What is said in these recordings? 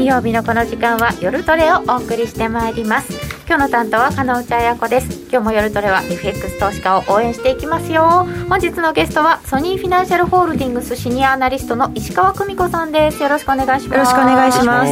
金曜日のこの時間は夜トレをお送りしてまいります。今日の担当は金内彩子です。今日も夜トレは FX 投資家を応援していきますよ。本日のゲストはソニーフィナンシャルホールディングスシニアアナリストの石川久美子さんです。よろしくお願いします。 よろしくお願いします。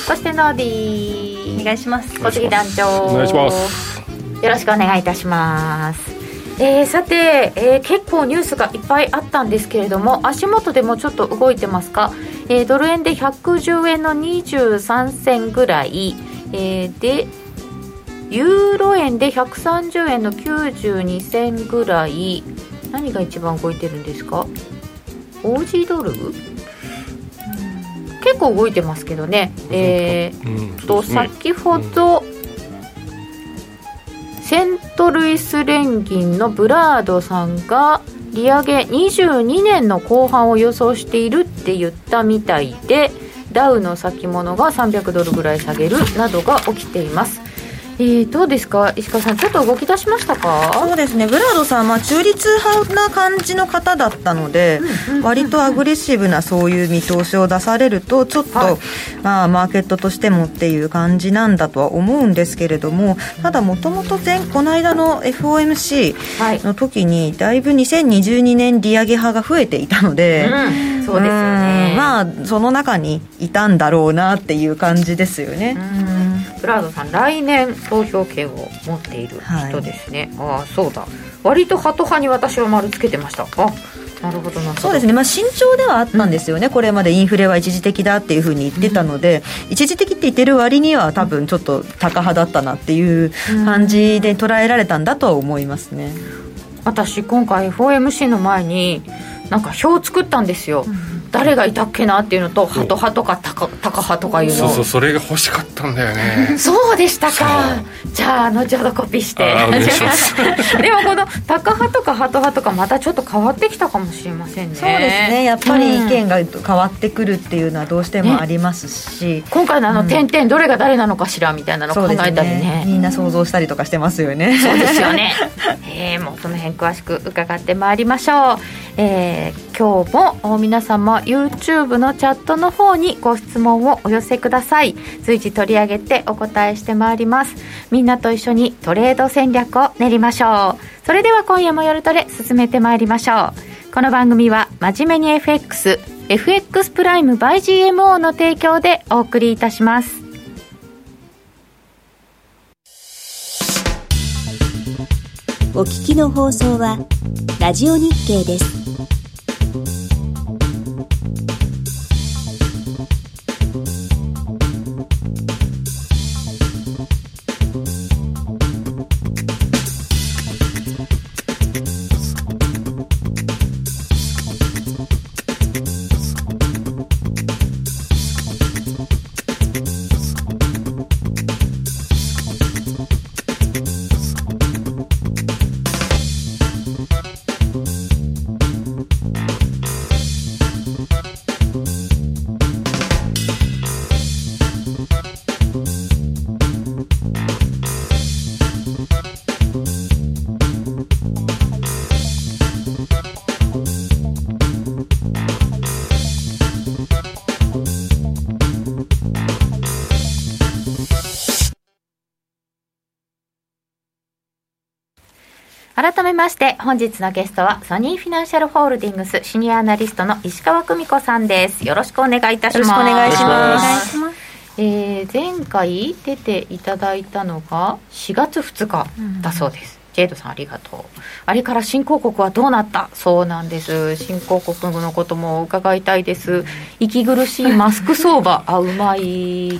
そしてノーディーお願いします。 小杉団長お願いします。 よろしくお願いいたします。さて、結構ニュースがいっぱいあったんですけれども、足元でもちょっと動いてますか。ドル円で110円の23銭ぐらい、でユーロ円で130円の92銭ぐらい。何が一番動いてるんですか。オージードル、結構動いてますけどね。先ほどセントルイス連銀のブラードさんが利上げ22年の後半を予想しているって言ったみたいで、ダウの先物が300ドルぐらい下げるなどが起きています。どうですか石川さん、ちょっと動き出しましたか。 そうですね、ブラードさん、中立派な感じの方だったので、割とアグレッシブなそういう見通しを出されるとちょっと、マーケットとしてもっていう感じなんだとは思うんですけれども、ただもともとこの間の FOMC の時にだいぶ2022年利上げ派が増えていたので、 そうですよね。 その中にいたんだろうなっていう感じですよね。 ブラードさん、来年投票権を持っている人ですね。そうだ、割とハト派に私は丸つけてました。なるほどな。 そうですね、慎重ではあったんですよね、これまでインフレは一時的だっていうふうに言ってたので、一時的って言ってる割には多分ちょっと高派だったなっていう感じで捉えられたんだとは思いますね。 私今回 FOMC の前になんか表を作ったんですよ。誰がいたっけなっていうのと、ハト派とかタカ派とかいうの。 そう、それが欲しかったんだよね。 そうでしたか。じゃあ後ほどコピーしてお願いしますでもこのタカ派とかハト派とかまたちょっと変わってきたかもしれませんね。 そうですね、やっぱり意見が変わってくるっていうのはどうしてもありますし、 今回の点々どれが誰なのかしらみたいなのを考えたりね、 みんな想像したりとかしてますよね。 そうですよね。もうその辺詳しく伺ってまいりましょう。今日も皆様 YouTube のチャットの方にご質問をお寄せください。随時取り上げてお答えしてまいります。みんなと一緒にトレード戦略を練りましょう。それでは今夜も夜トレ進めてまいりましょう。この番組は真面目に FX プライム by GMO の提供でお送りいたします。 お聞きの放送はラジオ日経です。 改めまして本日のゲストはソニーフィナンシャルホールディングスシニアアナリストの石川久美子さんです。よろしくお願いいたします。 よろしくお願いします。 前回出ていただいたのが4月2日だそうです。ジェイドさんありがとう。あれから新興国はどうなった。そうなんです。新興国のことも伺いたいです。息苦しいマスク相場うまい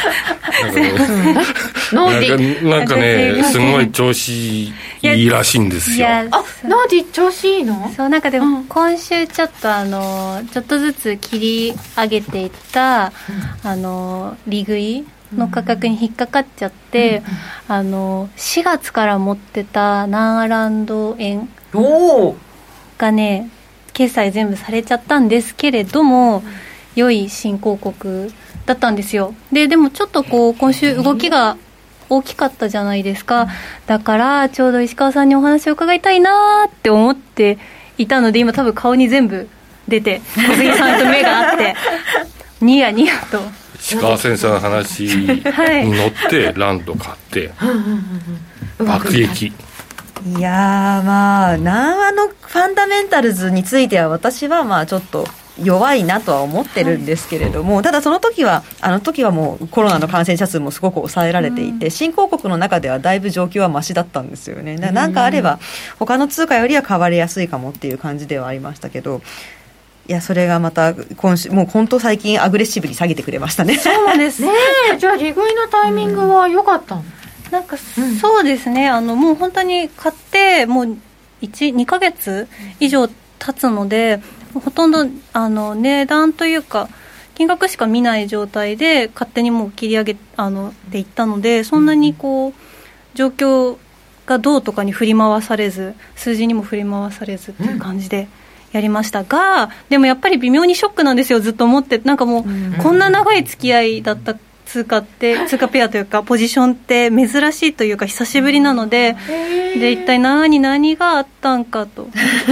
なんかねすごい調子いいらしいんですよ。 ノーディ調子いいの。 そう、なんかでも今週ちょっとちょっとずつ切り上げていった利食いの価格に引っかかっちゃって、4月から持ってたナンアランド円がね決済全部されちゃったんですけれども、良い新興国だったんですよ。でもちょっと今週動きが大きかったじゃないですか。だからちょうど石川さんにお話を伺いたいなって思っていたので、今多分顔に全部出て小杉さんと目が合ってニヤニヤと石川先生の話に乗ってランド買って爆撃。 いやまあ南アのファンダメンタルズについては私はまあちょっと弱いなとは思ってるんですけれども、ただその時はもうコロナの感染者数もすごく抑えられていて、新興国の中ではだいぶ状況はマシだったんですよね。なんかあれば他の通貨よりは買われやすいかもっていう感じではありましたけど、いやそれがまた今週もう本当最近アグレッシブに下げてくれましたね。 そうですね。じゃあ利食いのタイミングは良かったの？ なんかそうですね、もう本当に買ってもう2ヶ月以上経つので、ほとんど値段というか金額しか見ない状態で勝手にもう切り上げていったので、そんなにこう状況がどうとかに振り回されず、数字にも振り回されずっていう感じでやりましたが、でもやっぱり微妙にショックなんですよ。ずっと思って、なんかもうこんな長い付き合いだった通貨ペアというかポジションって珍しいというか久しぶりなので、で一体何があったんかと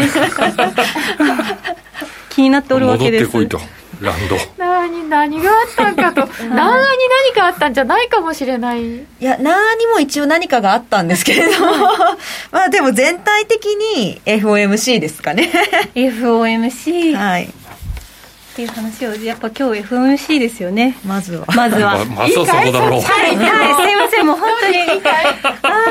気になっておるわけです。 戻ってこいとランド何があったんかと何かあったんじゃないかもしれない。いや何も一応何かがあったんですけれどもまあでも全体的に FOMC ですかね FOMC はいっていう話を、やっぱ今日 FOMC ですよね。 まずはまずはそこだろう。 はい、すいません、もう本当にいいかいい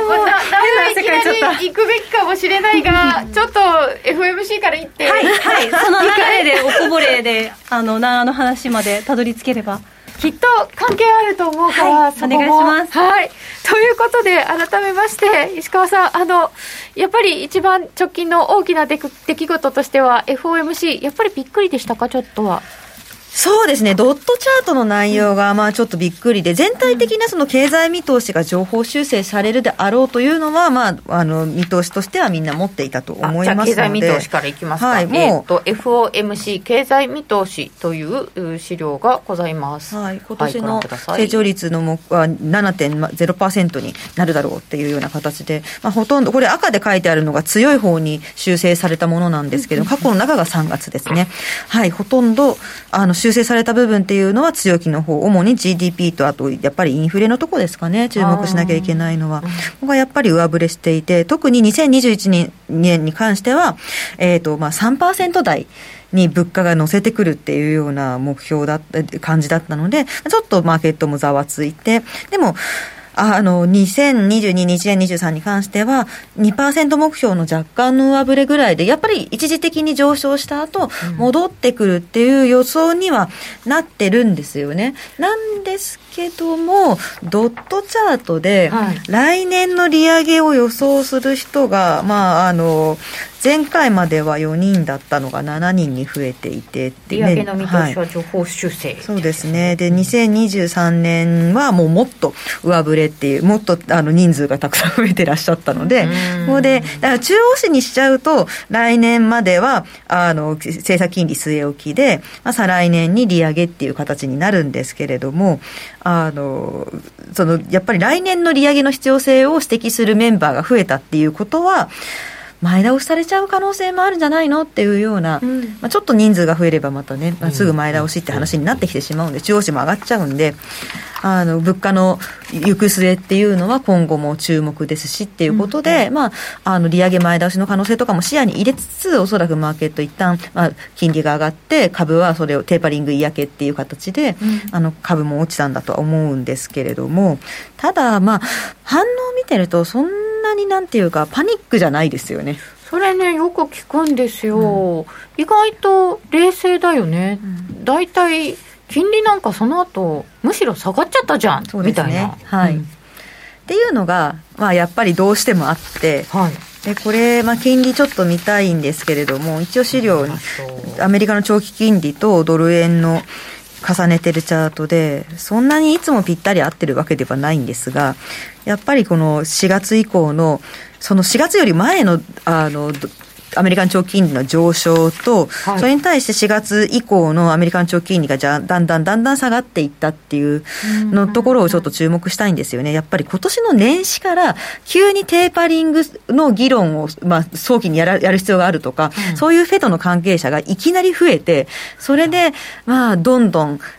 きなり行くべきかもしれないがちょっと FOMC から行ってはいその流れでおこぼれでの話までたどり着ければきっと関係あると思うから、 はい、 そこもお願いします。 はい、ということで改めまして石川さん、やっぱり一番直近の大きな出来事としては FOMC やっぱりびっくりでしたか？ちょっとは。 そうですね、ドットチャートの内容がまあちょっとびっくりで、全体的なその経済見通しが情報修正されるであろうというのは、まあ、見通しとしてはみんな持っていたと思いますので、 じゃあ経済見通しからいきますか。 はい、もう FOMC 経済見通しという資料がございます。 はい、今年の成長率の目は 7.0% になるだろうっていうような形で、まあ、ほとんどこれ赤で書いてあるのが強い方に修正されたものなんですけど、過去の中が3月ですね。はい、ほとんど修正された部分っていうのは強気の方、主に GDP とあとやっぱりインフレのとこですかね、注目しなきゃいけないのは。ここがやっぱり上振れしていて、特に2021年に関しては、まあ 3% 台に物価が乗せてくるっていうような目標感じだったので、ちょっとマーケットもざわついて、でも2022、2023に関しては 2% 目標の若干の上振れぐらいで、やっぱり一時的に上昇した後戻ってくるっていう予想にはなってるんですよね。なんですけども、ドットチャートで来年の利上げを予想する人が、まあ前回までは4人だったのが7人に増えていてって利上げの見通しは情報修正、 そうですね。で2023年はもっと上振れっていう、もっと人数がたくさん増えてらっしゃったので、ここでだから中央値にしちゃうと来年までは政策金利据え置きで、まあ、再来年に利上げっていう形になるんですけれども、やっぱり来年の利上げの必要性を指摘するメンバーが増えたっていうことは前倒しされちゃう可能性もあるんじゃないのっていうような、まあ、ちょっと人数が増えればまたね、すぐ前倒しって話になってきてしまうんで、中央値も上がっちゃうんで、物価の行く末っていうのは今後も注目ですしっていうことで、まあ、利上げ前倒しの可能性とかも視野に入れつつ、おそらくマーケット一旦、まあ、金利が上がって株はそれをテーパリング嫌気っていう形で、株も落ちたんだとは思うんですけれども、ただまあ反応を見てるとそんなになんていうかパニックじゃないですよね。 それね、よく聞くんですよ、意外と冷静だよね、だいたい金利なんかその後むしろ下がっちゃったじゃん、みたいな、 はい、っていうのが、まあ、やっぱりどうしてもあって、はい、でこれ、まあ、金利ちょっと見たいんですけれども、一応資料にアメリカの長期金利とドル円の重ねてるチャートで、そんなにいつもぴったり合ってるわけではないんですが、やっぱりこの4月以降のその4月より前のアメリカン長期金利の上昇と、はい、それに対して4月以降のアメリカン長期金利がだんだん下がっていったっていうのところをちょっと注目したいんですよね。やっぱり今年の年始から急にテーパリングの議論を、まあ、早期にやる必要があるとか、そういうフェドの関係者がいきなり増えて、それでまあどんどん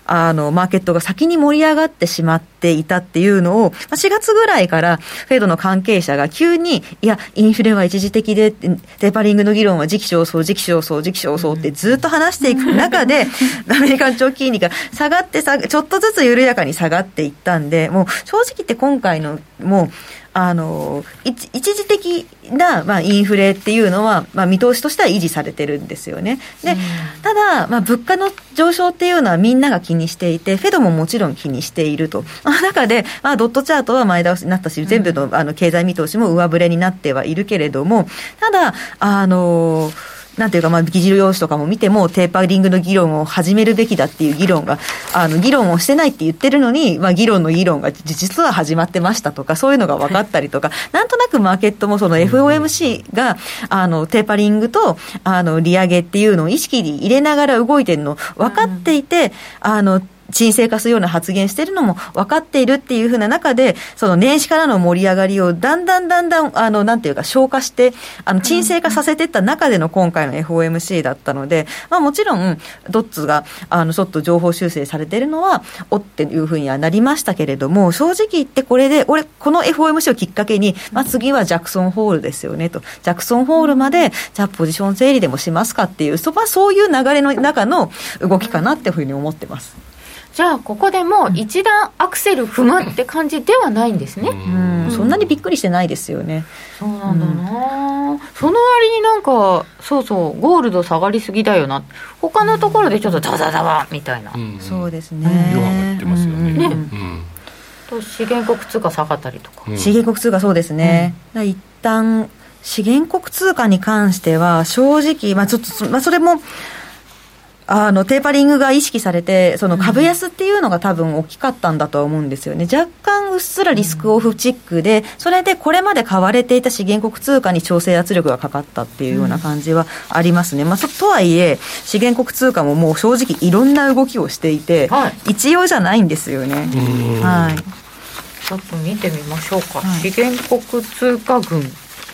マーケットが先に盛り上がってしまっていたっていうのを、4月ぐらいからフェドの関係者が急に、いや、インフレは一時的で、テーパリングの議論は時期尚早ってずっと話していく中で、アメリカの長期金利が下がってちょっとずつ緩やかに下がっていったんで、もう正直言って今回のもう、一時的な、インフレっていうのは、見通しとしては維持されてるんですよね。で、ただ、物価の上昇っていうのはみんなが気にしていて、フェドももちろん気にしていると。中で、ドットチャートは前倒しになったし、全部の、経済見通しも上振れになってはいるけれども、ただ、なんていうか、議事要旨とかも見ても、テーパリングの議論を始めるべきだっていう議論が、議論をしてないって言ってるのに、議論が実は始まってましたとか、そういうのが分かったりとか、なんとなくマーケットもその FOMC が、テーパリングと、利上げっていうのを意識に入れながら動いてるの分かっていて、沈静化するような発言しているのも分かっているっていうふうな中で、その年始からの盛り上がりをだんだんなんていうか消化して沈静化させていった中での今回の FOMC だったので、もちろんドッツがちょっと情報修正されているのはおっていうふうにはなりましたけれども、正直言ってこれでこの FOMC をきっかけに、次はジャクソンホールですよねと、ジャクソンホールまでじゃあポジション整理でもしますかっていう、そういう流れの中の動きかなっていうふうに思ってます。 じゃあここでもう一段アクセル踏むって感じではないんですね。 そんなにびっくりしてないですよね。 そうなんだな、その割になんかそうゴールド下がりすぎだよな、他のところでちょっとダダダワみたいな、 そうですね、 弱まってますよね。 と資源国通貨下がったりとか、 資源国通貨そうですね、一旦資源国通貨に関しては正直、ちょっとそれもテーパリングが意識されて、その株安っていうのが多分大きかったんだとは思うんですよね。若干うっすらリスクオフチックで、それでこれまで買われていた資源国通貨に調整圧力がかかったっていうような感じはありますね。とはいえ資源国通貨ももう正直いろんな動きをしていて、一様じゃないんですよね。はい。 ちょっと見てみましょうか。資源国通貨群。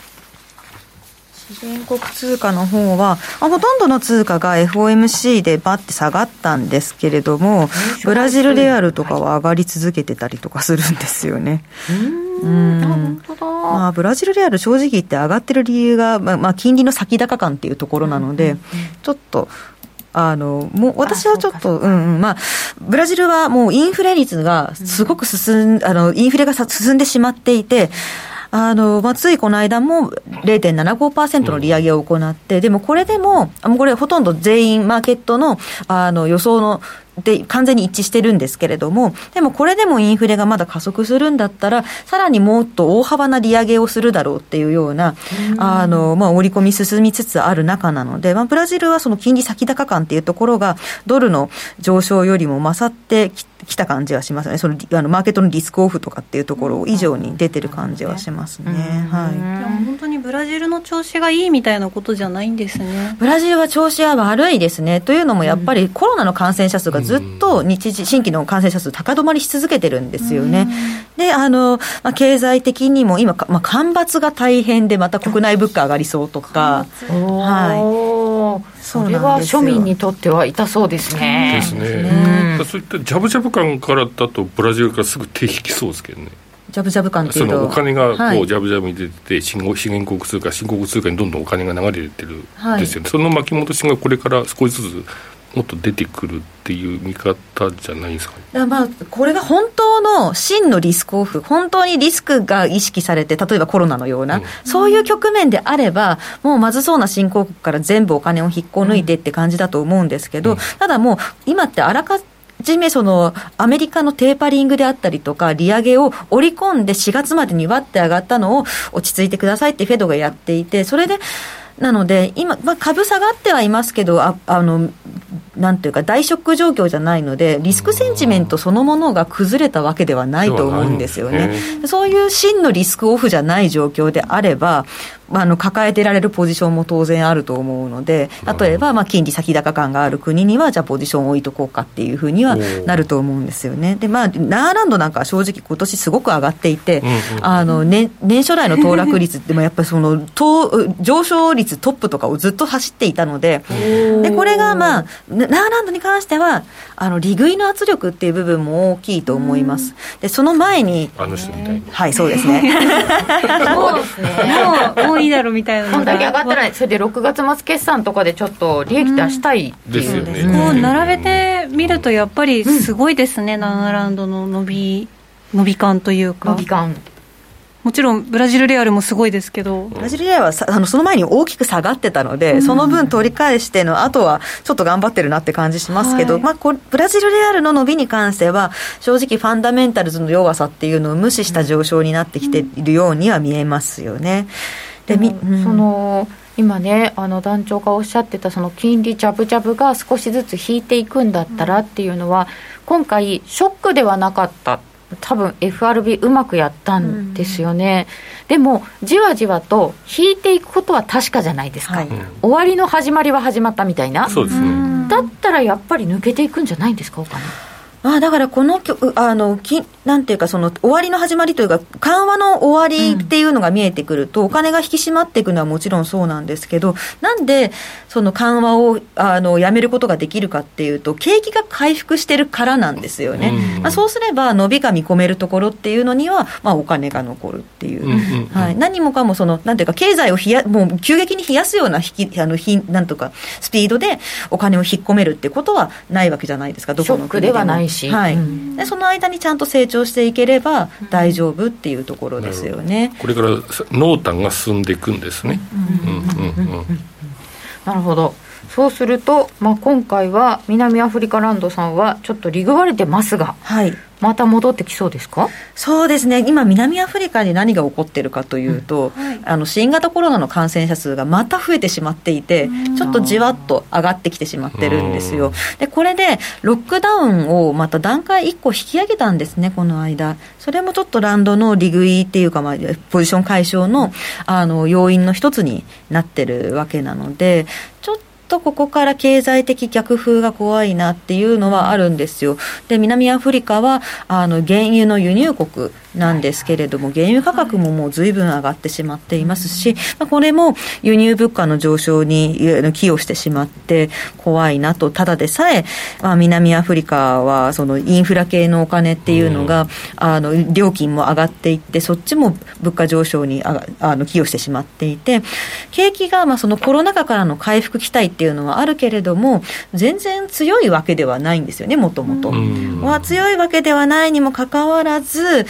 資源国通貨の方はほとんどの通貨が FOMC でバッて下がったんですけれども、ブラジルレアルとかは上がり続けてたりとかするんですよね。 本当だ。 ブラジルレアル正直言って上がってる理由が、金利の先高感っていうところなので、ちょっともう私はちょっとブラジルはもうインフレ率がすごくインフレが進んでしまっていて、ついこの間も 0.75% の利上げを行って、でもこれでもこれほとんど全員マーケットの予想ので完全に一致してるんですけれども、でもこれでもインフレがまだ加速するんだったら、さらにもっと大幅な利上げをするだろうっていうような織り込み進みつつある中なので、ブラジルはその金利先高感っていうところがドルの上昇よりも勝ってきた感じはしますね。そのマーケットのリスクオフとかっていうところ以上に出てる感じはしますね。 本当にブラジルの調子がいいみたいなことじゃないんですね。 ブラジルは調子は悪いですね。というのもやっぱりコロナの感染者数がずっと新規の感染者数高止まりし続けてるんですよね。で経済的にも今、干ばつが大変でまた国内物価上がりそうとか、 それは庶民にとっては痛そうですね。 そういったジャブジャブ感からだとブラジルからすぐ手引きそうですけどね。 ジャブジャブ感っていうとそのお金がこうジャブジャブに出てて、資源国通貨新国通貨にどんどんお金が流れてるんですよね。その巻き戻しがこれから少しずつもっと出てくるっていう見方じゃないですかね。 これが本当の真のリスクオフ、本当にリスクが意識されて、例えばコロナのような、そういう局面であれば、もうまずそうな新興国から全部お金を引っこ抜いてって感じだと思うんですけど、ただもう今ってあらかじめそのアメリカのテーパリングであったりとか利上げを織り込んで4月までに割って上がったのを落ち着いてくださいってフェドがやっていて、それでなので今、株下がってはいますけど、なんていうか大ショック状況じゃないので、リスクセンチメントそのものが崩れたわけではないと思うんですよね。そういう真のリスクオフじゃない状況であれば、抱えてられるポジションも当然あると思うので、例えば金利先高感がある国にはじゃあポジションを置いとこうかっていうふうにはなると思うんですよね。でナーランドなんかは正直今年すごく上がっていて、年初来の騰落率ってもやっぱりその上昇率トップとかをずっと走っていたので、でこれがーランドに関しては利食いの圧力っていう部分も大きいと思います。でその前にあの人みたいに、 はい、そうですねそうですねもういいだろうみたいなこんだけ上がったら、それで6月末決算とかでちょっと利益出したいっていうですよね。 こう並べてみるとやっぱりすごいですね、ナーランドの伸び感というか、 伸び感、 もちろんブラジルレアルもすごいですけど、 ブラジルレアルはその前に大きく下がってたので、その分取り返してのあとはちょっと頑張ってるなって感じしますけど、 はい、 ブラジルレアルの伸びに関しては正直ファンダメンタルズの弱さっていうのを無視した上昇になってきているようには見えますよね。でその今ね団長がおっしゃってたその金利ジャブジャブが少しずつ引いていくんだったらっていうのは、今回ショックではなかった、多分 FRB うまくやったんですよね、でもじわじわと引いていくことは確かじゃないですか、はい、終わりの始まりは始まったみたいな。 そうですね。 だったらやっぱり抜けていくんじゃないんですか、お金。 だからこのなんていうか、その終わりの始まりというか緩和の終わりっていうのが見えてくると、お金が引き締まっていくのはもちろんそうなんですけど、なんでその緩和をやめることができるかっていうと、景気が回復してるからなんですよね、そうすれば伸びが見込めるところっていうのには、お金が残るっていう、はい、何もかもなんていうか経済をもう急激に冷やすようななんとかスピードでお金を引っ込めるってことはないわけじゃないですか、どこの国でも。ショックではないし、はい、でその間にちゃんと成長していければ大丈夫っていうところですよね。 これから濃淡が進んでいくんですね。 なるほど。そうすると、今回は南アフリカランドさんはちょっと利食われてますが、はい、また戻ってきそうですか？ そうですね。今南アフリカに何が起こってるかというと、新型コロナの感染者数がまた増えてしまっていて、ちょっとじわっと上がってきてしまってるんですよ。でこれでロックダウンをまた段階1個引き上げたんですね、この間。それもちょっとランドの利食いっていうか、ポジション解消の要因の一つになってるわけなので、ちょっとここから経済的逆風が怖いなっていうのはあるんですよ。で南アフリカは原油の輸入国なんですけれども、原油価格ももう随分上がってしまっていますし、これも輸入物価の上昇に寄与してしまって怖いなと。ただでさえ、南アフリカはそのインフラ系のお金っていうのが料金も上がっていって、そっちも物価上昇に寄与してしまっていて、景気がそのコロナ禍からの回復期待っていうのはあるけれども、全然強いわけではないんですよね、もともとは。強いわけではないにもかかわらず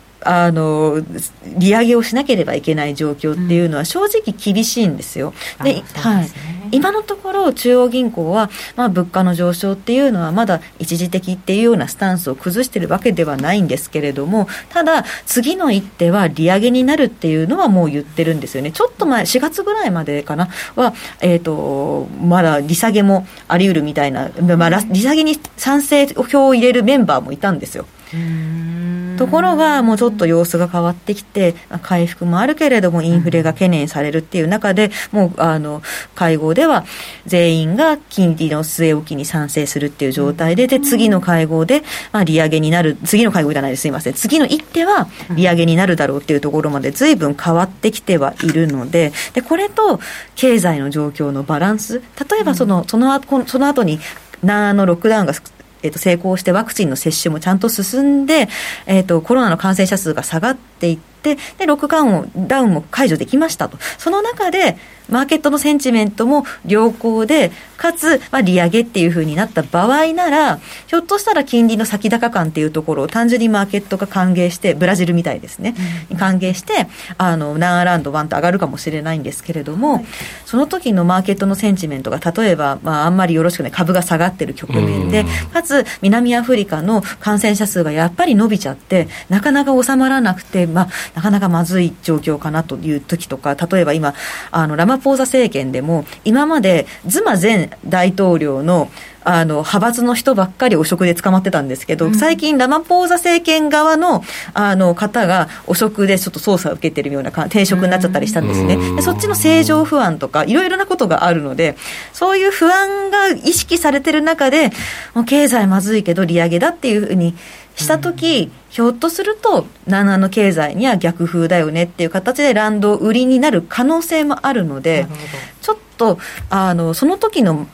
利上げをしなければいけない状況っていうのは正直厳しいんですよ。で、はい、今のところ中央銀行は、物価の上昇っていうのはまだ一時的っていうようなスタンスを崩しているわけではないんですけれども、ただ次の一手は利上げになるっていうのはもう言ってるんですよね。ちょっと前4月ぐらいまでかなは、まだ利下げもあり得るみたいな、利下げに賛成票を入れるメンバーもいたんですよ。ところがもうちょっと様子が変わってきて、回復もあるけれどもインフレが懸念されるっていう中で、もう会合では全員が金利の据え置きに賛成するっていう状態で、次の会合で利上げになる、次の会合じゃないです、すいません、次の一手は利上げになるだろうっていうところまで随分変わってきてはいるので、これと経済の状況のバランス、例えばその後にロックダウンが成功してワクチンの接種もちゃんと進んで、コロナの感染者数が下がっていって、でロックダウンも解除できましたと。その中でマーケットのセンチメントも良好で、かつ、利上げっていう風になった場合なら、ひょっとしたら金利の先高感っていうところを単純にマーケットが歓迎して、ブラジルみたいですね、歓迎してナーランド1と上がるかもしれないんですけれども、その時のマーケットのセンチメントが例えば、あんまりよろしくない株が下がってる局面で、かつ南アフリカの感染者数がやっぱり伸びちゃってなかなか収まらなくて、なかなかまずい状況かなという時とか、例えば今ラマポーザ政権でも今までズマ前大統領の派閥の人ばっかり汚職で捕まってたんですけど、最近ラマポーザ政権側の方が汚職でちょっと捜査を受けてるような転職になっちゃったりしたんですね。でそっちの政情不安とかいろいろなことがあるので、そういう不安が意識されてる中で、もう経済まずいけど利上げだっていうふうにしたとき、ひょっとすると南アの経済には逆風だよねっていう形でランド売りになる可能性もあるので、ちょっとその時の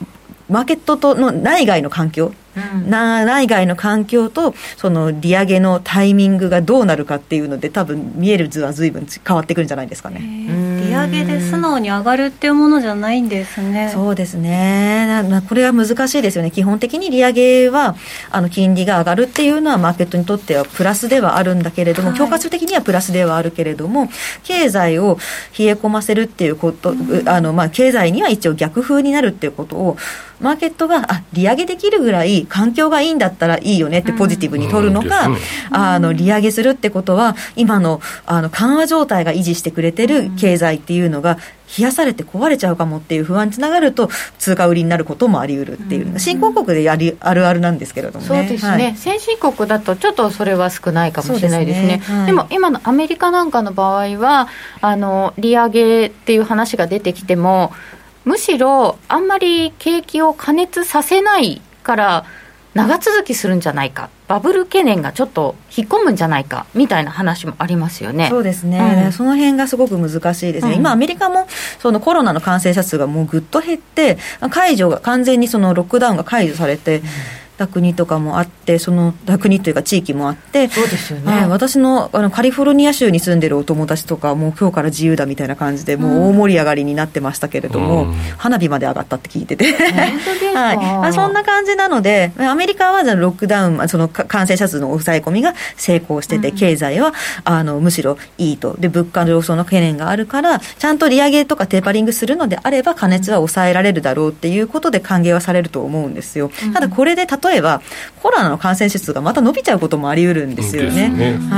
マーケットとの内外の環境、内外の環境とその利上げのタイミングがどうなるかっていうので多分見える図は随分変わってくるんじゃないですかね。 利上げで素直に上がるっていうものじゃないんですね。 そうですね。これは難しいですよね。基本的に利上げは金利が上がるっていうのはマーケットにとってはプラスではあるんだけれども、教科書的にはプラスではあるけれども、経済を冷え込ませるっていうこと、経済には一応逆風になるっていうことをマーケットが利上げできるぐらい環境がいいんだったらいいよねってポジティブに取るのか、利上げするってことは今の緩和状態が維持してくれてる経済っていうのが冷やされて壊れちゃうかもっていう不安につながると通貨売りになることもあり得るっていうのが新興国であるあるなんですけれどもね。 そうですね、はい、先進国だとちょっとそれは少ないかもしれないですね。でも今のアメリカなんかの場合は利上げっていう話が出てきてもむしろあんまり景気を過熱させないから長続きするんじゃないか、バブル懸念がちょっと引っ込むんじゃないかみたいな話もありますよね。 そうですね、その辺がすごく難しいですね。今アメリカもそのコロナの感染者数がもうぐっと減って完全にそのロックダウンが解除されて、た国とかもあって、その国というか地域もあって、 そうですよね、 私のカリフォルニア州に住んでるお友達とかもう今日から自由だみたいな感じでもう大盛り上がりになってましたけれども、花火まで上がったって聞いてて、 本当ですか、 そんな感じなのでアメリカはロックダウン、その感染者数の抑え込みが成功してて、経済はむしろいいと。で物価上昇の懸念があるからちゃんと利上げとかテーパリングするのであれば過熱は抑えられるだろうっていうことで歓迎はされると思うんですよ。ただこれで例えばコロナの感染者数がまた伸びちゃうこともあり得るんですよね。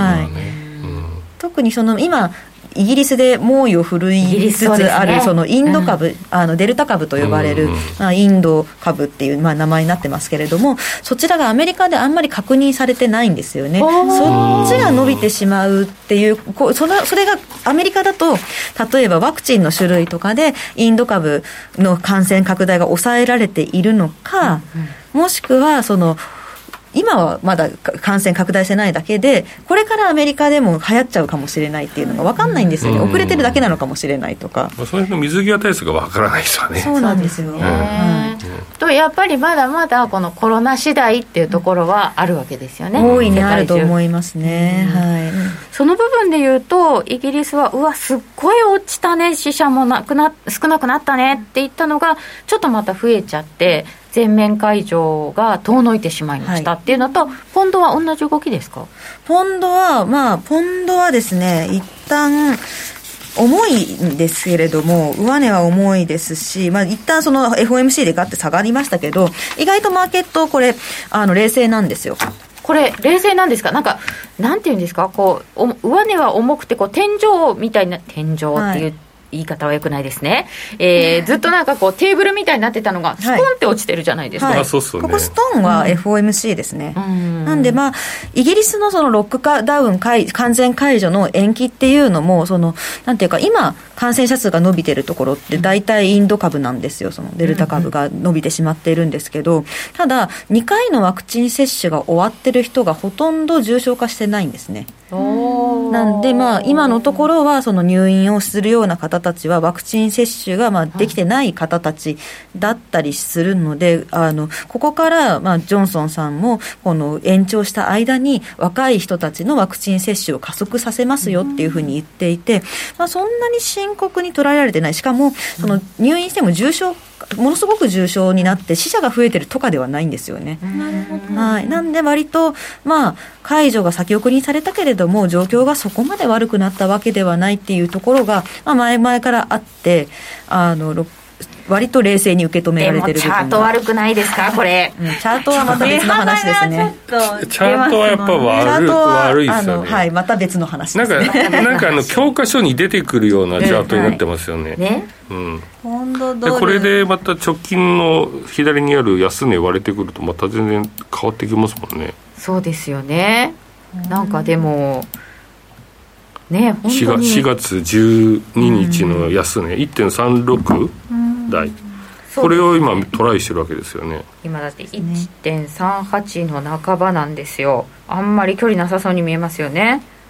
特に今イギリスで猛威を振るいつつあるそのインド株、デルタ株と呼ばれる、インド株っていう名前になってますけれども、そちらがアメリカであんまり確認されてないんですよね。そっちが伸びてしまうっていう、それがアメリカだと例えばワクチンの種類とかでインド株の感染拡大が抑えられているのか、もしくは今はまだ感染拡大してないだけでこれからアメリカでも流行っちゃうかもしれないっていうのが分かんないんですよね。遅れてるだけなのかもしれないとか、 その辺の水際対策が分からないですよね。 そうなんですよ、 とやっぱりまだまだこのコロナ次第っていうところはあるわけですよね。 大いにあると思いますね、 その部分で言うとイギリスはすっごい落ちたね、死者も少なくなったねって言ったのがちょっとまた増えちゃって全面解除が遠のいてしまいましたっていうのと、ポンドは同じ動きですか？ ポンドはですね、一旦重いんですけれども、上値は重いですし、一旦その FOMC でガッて下がりましたけど、意外とマーケットこれ冷静なんですよ。 これ冷静なんですか？なんていうんですか、上値は重くて天井みたいな、天井っていう、言い方は良くないですね、ずっとテーブルみたいになってたのがスコンって落ちてるじゃないですか、 ここストーンは FOMC ですね、なんでイギリスのそのロックダウン完全解除の延期っていうのもなんていうか今感染者数が伸びてるところって大体インド株なんですよ。そのデルタ株が伸びてしまっているんですけど、ただ2回のワクチン接種が終わってる人がほとんど重症化してないんですね。なんで今のところはその入院をするような方たちはワクチン接種ができてない方たちだったりするので、ここからジョンソンさんもこの延長した間に若い人たちのワクチン接種を加速させますよっていうふうに言っていて、そんなに深刻に捉えられてない。しかもその入院してもものすごく重症になって死者が増えてるとかではないんですよね。なんで割と解除が先送りにされたけれども状況がそこまで悪くなったわけではないっていうところが前々からあって、割と冷静に受け止められてる部分が。 でもチャート悪くないですかこれ、 チャートはまた別の話ですね。 チャートはやっぱ悪いですよね。 また別の話ですね。 なんか教科書に出てくるようなチャートになってますよね。これでまた直近の左にある安値割れてくるとまた全然変わってきますもんね。 そうですよね。でもね、本当に 4月12日の安値 1.36 台、これを今トライしてるわけですよね。 今だって 1.38 の半ばなんですよ。あんまり距離なさそうに見えますよね。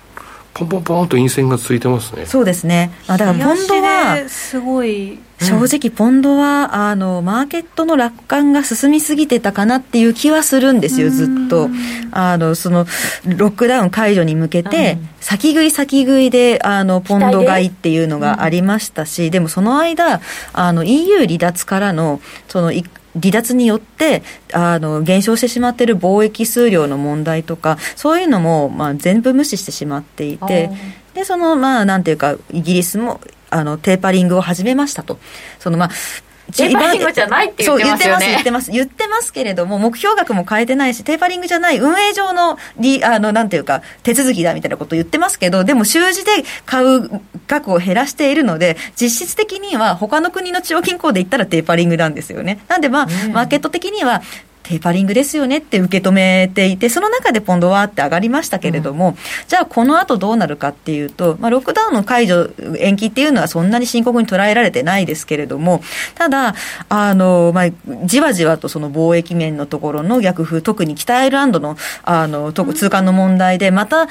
ポンポンポンと陰線がついてますね。 そうですね。だからポンドはすごい正直ポンドはマーケットの楽観が進みすぎてたかなっていう気はするんですよ。ずっとそのロックダウン解除に向けて先食いでポンド買いっていうのがありましたし、でもその間EU 離脱からのその離脱によって減少してしまっている貿易数量の問題とかそういうのも、全部無視してしまっていて、でそのなんていうかイギリスもテーパリングを始めましたと。 テーパリングじゃないって言ってますよね。 言ってますけれども、目標額も変えてないし、テーパリングじゃない運営上のなんていうか手続きだみたいなことを言ってますけど、でも習字で買う額を減らしているので、実質的には他の国の中央銀行で言ったらテーパリングなんですよね。なんでマーケット的にはテーパリングですよねって受け止めていて、その中でポンドはって上がりましたけれども、じゃあこの後どうなるかっていうと、ロックダウンの解除延期っていうのはそんなに深刻に捉えられてないですけれども、ただじわじわとその貿易面のところの逆風、特に北アイルランドの通関の問題でまた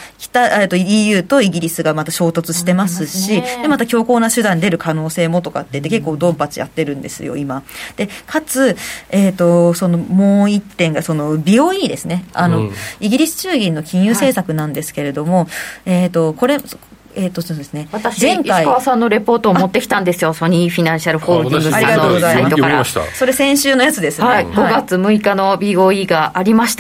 EU とイギリスがまた衝突してますし、でまた強硬な手段に出る可能性もとかって結構ドンパチやってるんですよ今で。かつそのもう一点がその BOE ですね。イギリス中銀の金融政策なんですけれども、これそうですね、 私石川さんのレポートを持ってきたのソニーフィナンシャルホールディングスさんのサイトから。 それ先週のやつですね、 5月6日の BOE がありました、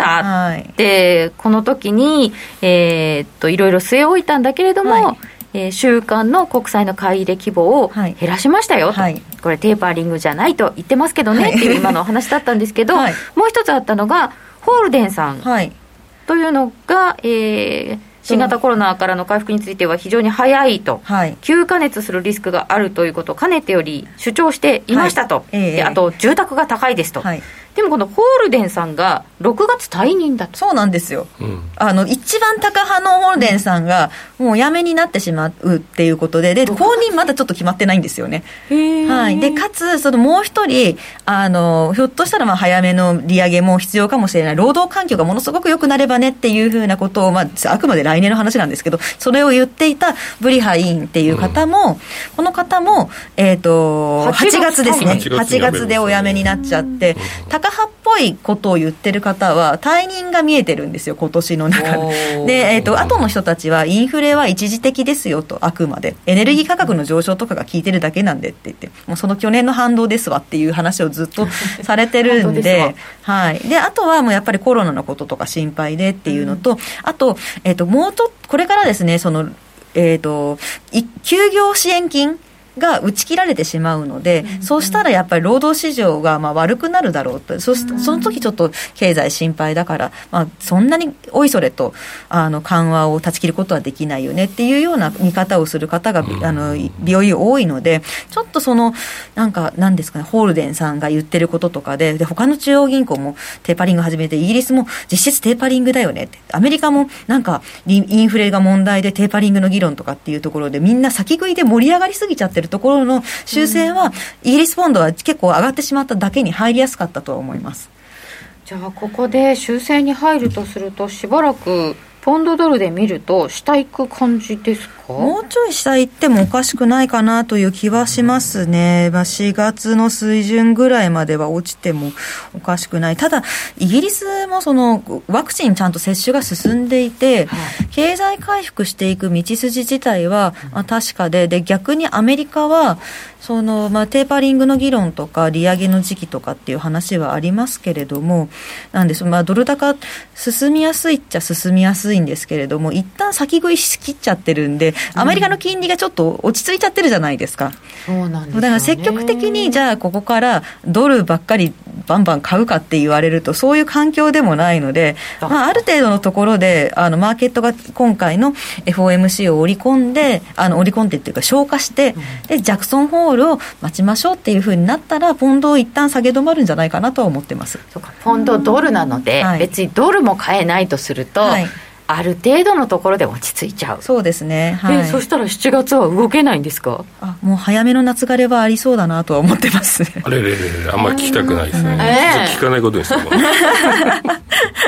でこの時に、いろいろ据え置いたんだけれども、週間の国債の買い入れ規模を減らしましたよと、これテーパーリングじゃないと言ってますけどね、っていう今のお話だったんですけど、もう一つあったのがホールデンさんというのが、新型コロナからの回復については非常に早いと、急加熱するリスクがあるということをかねてより主張していましたと、であと住宅が高いですと、でもこのホールデンさんが6月退任だと。 そうなんですよ、一番高派のホールデンさんがもう辞めになってしまうっていうことで、後任まだちょっと決まってないんですよね。でかつそのもう一人ひょっとしたら早めの利上げも必要かもしれない、労働環境がものすごく良くなればねっていうふうなことを、あくまで来年の話なんですけど、それを言っていたブリハ委員っていう方も、この方も、8月ですね、8月でお辞めになっちゃって、高派っぽいことを言ってる方は退任が見えてるんですよ今年の中で。後の人たちはインフレは一時的ですよと、あくまでエネルギー価格の上昇とかが効いてるだけなんでって言って、もうその去年の反動ですわっていう話をずっとされてるんでであとはもうやっぱりコロナのこととか心配でっていうのと、あと、もうこれからですね、その休業支援金が打ち切られてしまうので、そうしたらやっぱり労働市場が悪くなるだろうと、その時ちょっと経済心配だから、そんなにおいそれと緩和を断ち切ることはできないよねっていうような見方をする方がBOE多いので、ちょっと何ですかね、ホールデンさんが言ってることとかで他の中央銀行もテーパリング始めて、イギリスも実質テーパリングだよねって、アメリカもインフレが問題でテーパリングの議論とかっていうところでみんな先食いで盛り上がりすぎちゃってるところの修正は、イギリスポンドは結構上がってしまっただけに入りやすかったとは思います。 じゃあここで修正に入るとすると、しばらくポンドドルで見ると下行く感じですか？ もうちょい下行ってもおかしくないかなという気はしますね。4月の水準ぐらいまでは落ちてもおかしくない。ただイギリスもそのワクチンちゃんと接種が進んでいて、経済回復していく道筋自体は確かで、逆にアメリカはそのテーパリングの議論とか利上げの時期とかっていう話はありますけれども、なんでドル高進みやすいっちゃ進みやすいんですけれども、一旦先食いしきっちゃってるんで、アメリカの金利がちょっと落ち着いちゃってるじゃないですか。 そうなんですよね。 だから積極的にじゃあここからドルばっかりバンバン買うかって言われるとそういう環境でもないので、ある程度のところでマーケットが今回の FOMC を織り込んでっていうか消化して、でジャクソンホールを待ちましょうっていう風になったら、ポンドを一旦下げ止まるんじゃないかなとは思ってます。 そうか、ポンドドルなので、別にドルも買えないとすると、ある程度のところで落ち着いちゃう。 そうですね、 そしたら7月は動けないんですか？ もう早めの夏枯れはありそうだなとは思ってますあんまり聞きたくないですね。聞かないことにしても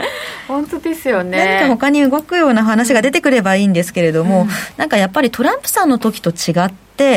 本当ですよね。 何か他に動くような話が出てくればいいんですけれども、なんかやっぱりトランプさんの時と違って、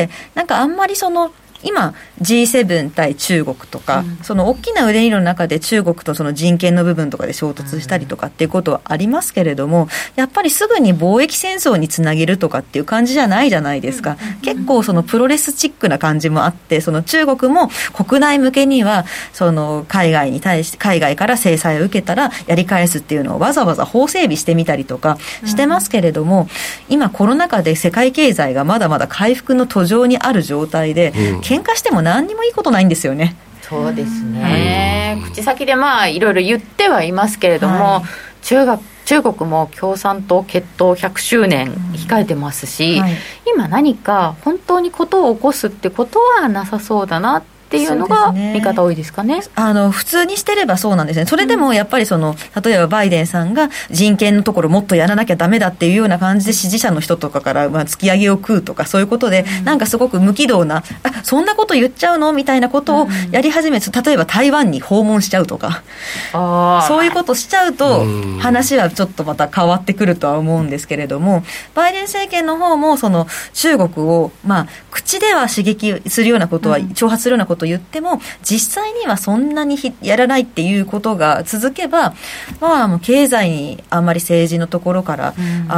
なんかあんまり今 G7 対中国とか、その大きな腕理論の中で中国とその人権の部分とかで衝突したりとかっていうことはありますけれども、やっぱりすぐに貿易戦争につなげるとかっていう感じじゃないじゃないですか。結構そのプロレスチックな感じもあって、その中国も国内向けにはその海外から制裁を受けたらやり返すっていうのをわざわざ法整備してみたりとかしてますけれども、今コロナ禍で世界経済がまだまだ回復の途上にある状態で、喧嘩しても何にもいいことないんですよね。 そうですね、口先でいろいろ言ってはいますけれども、中国も共産党結党100周年控えてますし、今何か本当にことを起こすってことはなさそうだなっていうのが見方多いですかね。 普通にしてればそうなんですね。それでもやっぱり例えばバイデンさんが人権のところもっとやらなきゃダメだっていうような感じで支持者の人とかから突き上げを食うとかそういうことで、なんかすごく無軌道なそんなこと言っちゃうのみたいなことをやり始めて、例えば台湾に訪問しちゃうとか、そういうことしちゃうと話はちょっとまた変わってくるとは思うんですけれども、バイデン政権の方も中国を口では刺激するようなことは、挑発するようなことを言っても実際にはそんなにやらないっていうことが続けば、もう経済にあんまり政治のところから、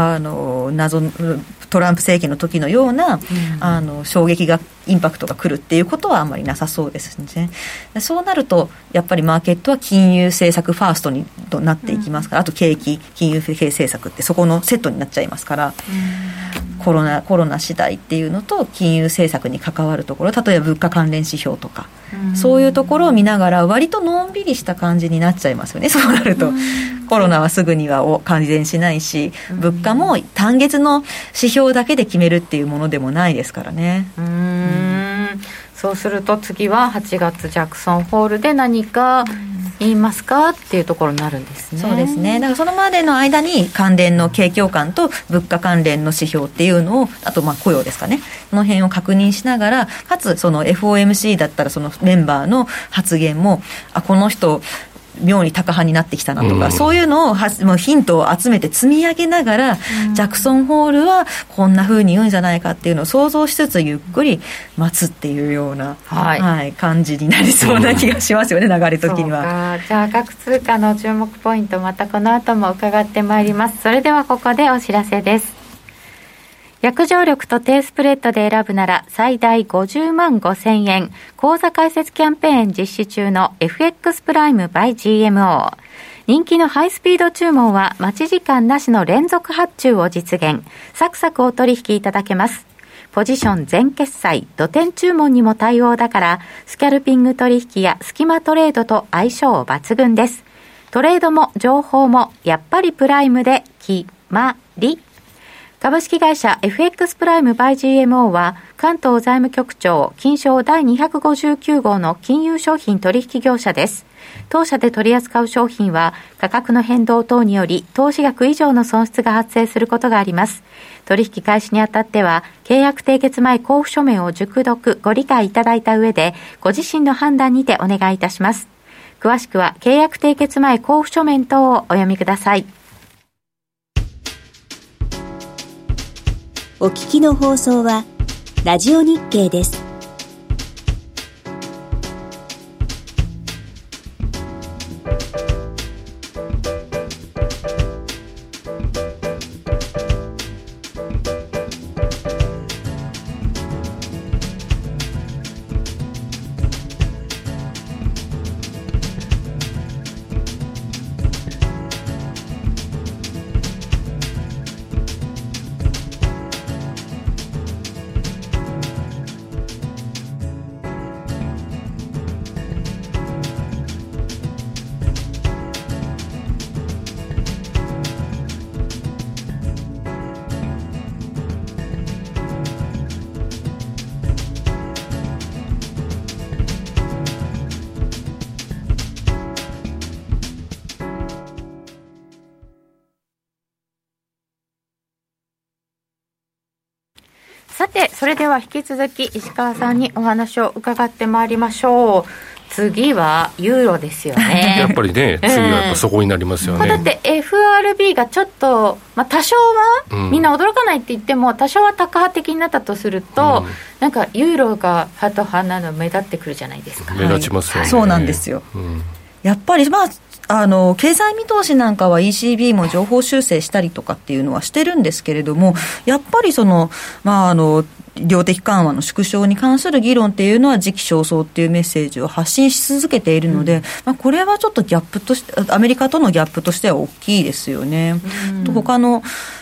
トランプ政権の時のような、衝撃がインパクトが来るっていうことはあんまりなさそうですね。そうなるとやっぱりマーケットは金融政策ファーストにとなっていきますから、あと金融政策ってそこのセットになっちゃいますから、コロナ次第っていうのと金融政策に関わるところ、例えば物価関連指標とか、そういうところを見ながら割とのんびりした感じになっちゃいますよね。そうなるとコロナはすぐには改善しないし、物価も単月の指標だけで決めるっていうものでもないですからね。 そうすると次は8月ジャクソンホールで何か言いますかっていうところになるんですね。 そうですね。だからそのまでの間に関連の景況感と物価関連の指標っていうのを、あと雇用ですかね、その辺を確認しながら、かつその FOMC だったらそのメンバーの発言も、この人妙に高派になってきたなとか、そういうのをヒントを集めて積み上げながら、ジャクソンホールはこんな風に言うんじゃないかっていうのを想像しつつゆっくり待つっていうような、感じになりそうな気がしますよね、流れ時には。 じゃあ各通貨の注目ポイント、またこの後も伺ってまいります。それではここでお知らせです。約定力と低スプレッドで選ぶなら最大50万5000円。口座開設キャンペーン実施中の FX プライム by GMO。人気のハイスピード注文は待ち時間なしの連続発注を実現。サクサクお取引いただけます。ポジション全決済、土点注文にも対応だから、スキャルピング取引やスキマトレードと相性抜群です。トレードも情報もやっぱりプライムで決まり。株式会社 FX プライム by GMO は関東財務局長金賞第259号の金融商品取引業者です。当社で取り扱う商品は価格の変動等により投資額以上の損失が発生することがあります。取引開始にあたっては契約締結前交付書面を熟読ご理解いただいた上でご自身の判断にてお願いいたします。詳しくは契約締結前交付書面等をお読みください。 お聞きの放送はラジオ日経です。 さて、それでは引き続き石川さんにお話を伺ってまいりましょう。 次はユーロですよねやっぱりね、次はやっぱそこになりますよね。 だって FRB がちょっと、多少は、みんな驚かないって言っても多少はタカ派的になったとすると、なんかユーロがハト派なの目立ってくるじゃないですか。 目立ちますよね、 そうなんですよ、やっぱり経済見通しなんかは ECB も情報修正したりとかっていうのはしてるんですけれども、やっぱり量的緩和の縮小に関する議論っていうのは時期尚早っていうメッセージを発信し続けているので、これはちょっとギャップとしてアメリカとのギャップとしては大きいですよね。他の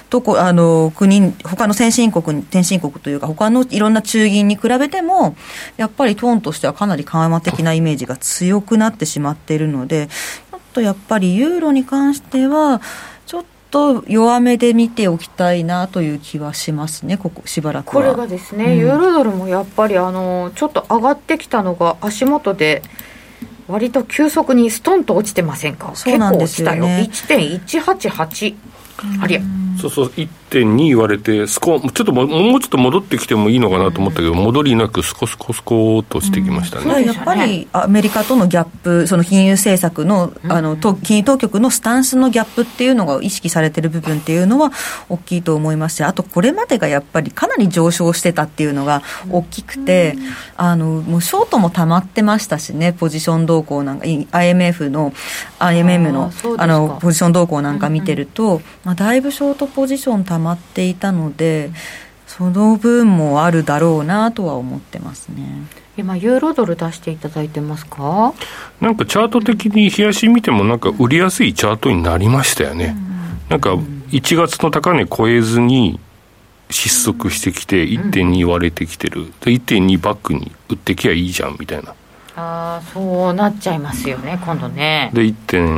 先進国というか他のいろんな中銀に比べてもやっぱりトーンとしてはかなり緩和的なイメージが強くなってしまっているので、ちょっとやっぱりユーロに関してはちょっと弱めで見ておきたいなという気はしますね。ここしばらくはこれがですね、ユーロドルもやっぱりちょっと上がってきたのが足元で割と急速にストンと落ちてませんか。 そうなんですよね。 結構落ちたよ。 1.188 ありゃ、 そうそう 1.2 言われてちょっともうちょっと戻ってきてもいいのかなと思ったけど、戻りなくスコとしてきましたね。 やっぱりアメリカとのギャップ、その金融政策の、金融当局のスタンスのギャップっていうのが意識されている部分っていうのは大きいと思いますし、あとこれまでがやっぱりかなり上昇してたっていうのが大きくて、もうショートも溜まってましたしね。ポジション動向なんか IMM のポジション動向なんか見てると、だいぶショートポジション溜まっていたので、その分もあるだろうなとは思ってますね。 今ユーロドル出していただいてますか。 なんかチャート的に冷やし見てもなんか売りやすいチャートになりましたよね。なんか1月の高値超えずに失速してきて 1.2 割れてきてる、で 1.2 バックに売ってきゃいいじゃんみたいな。 そうなっちゃいますよね今度ね。 で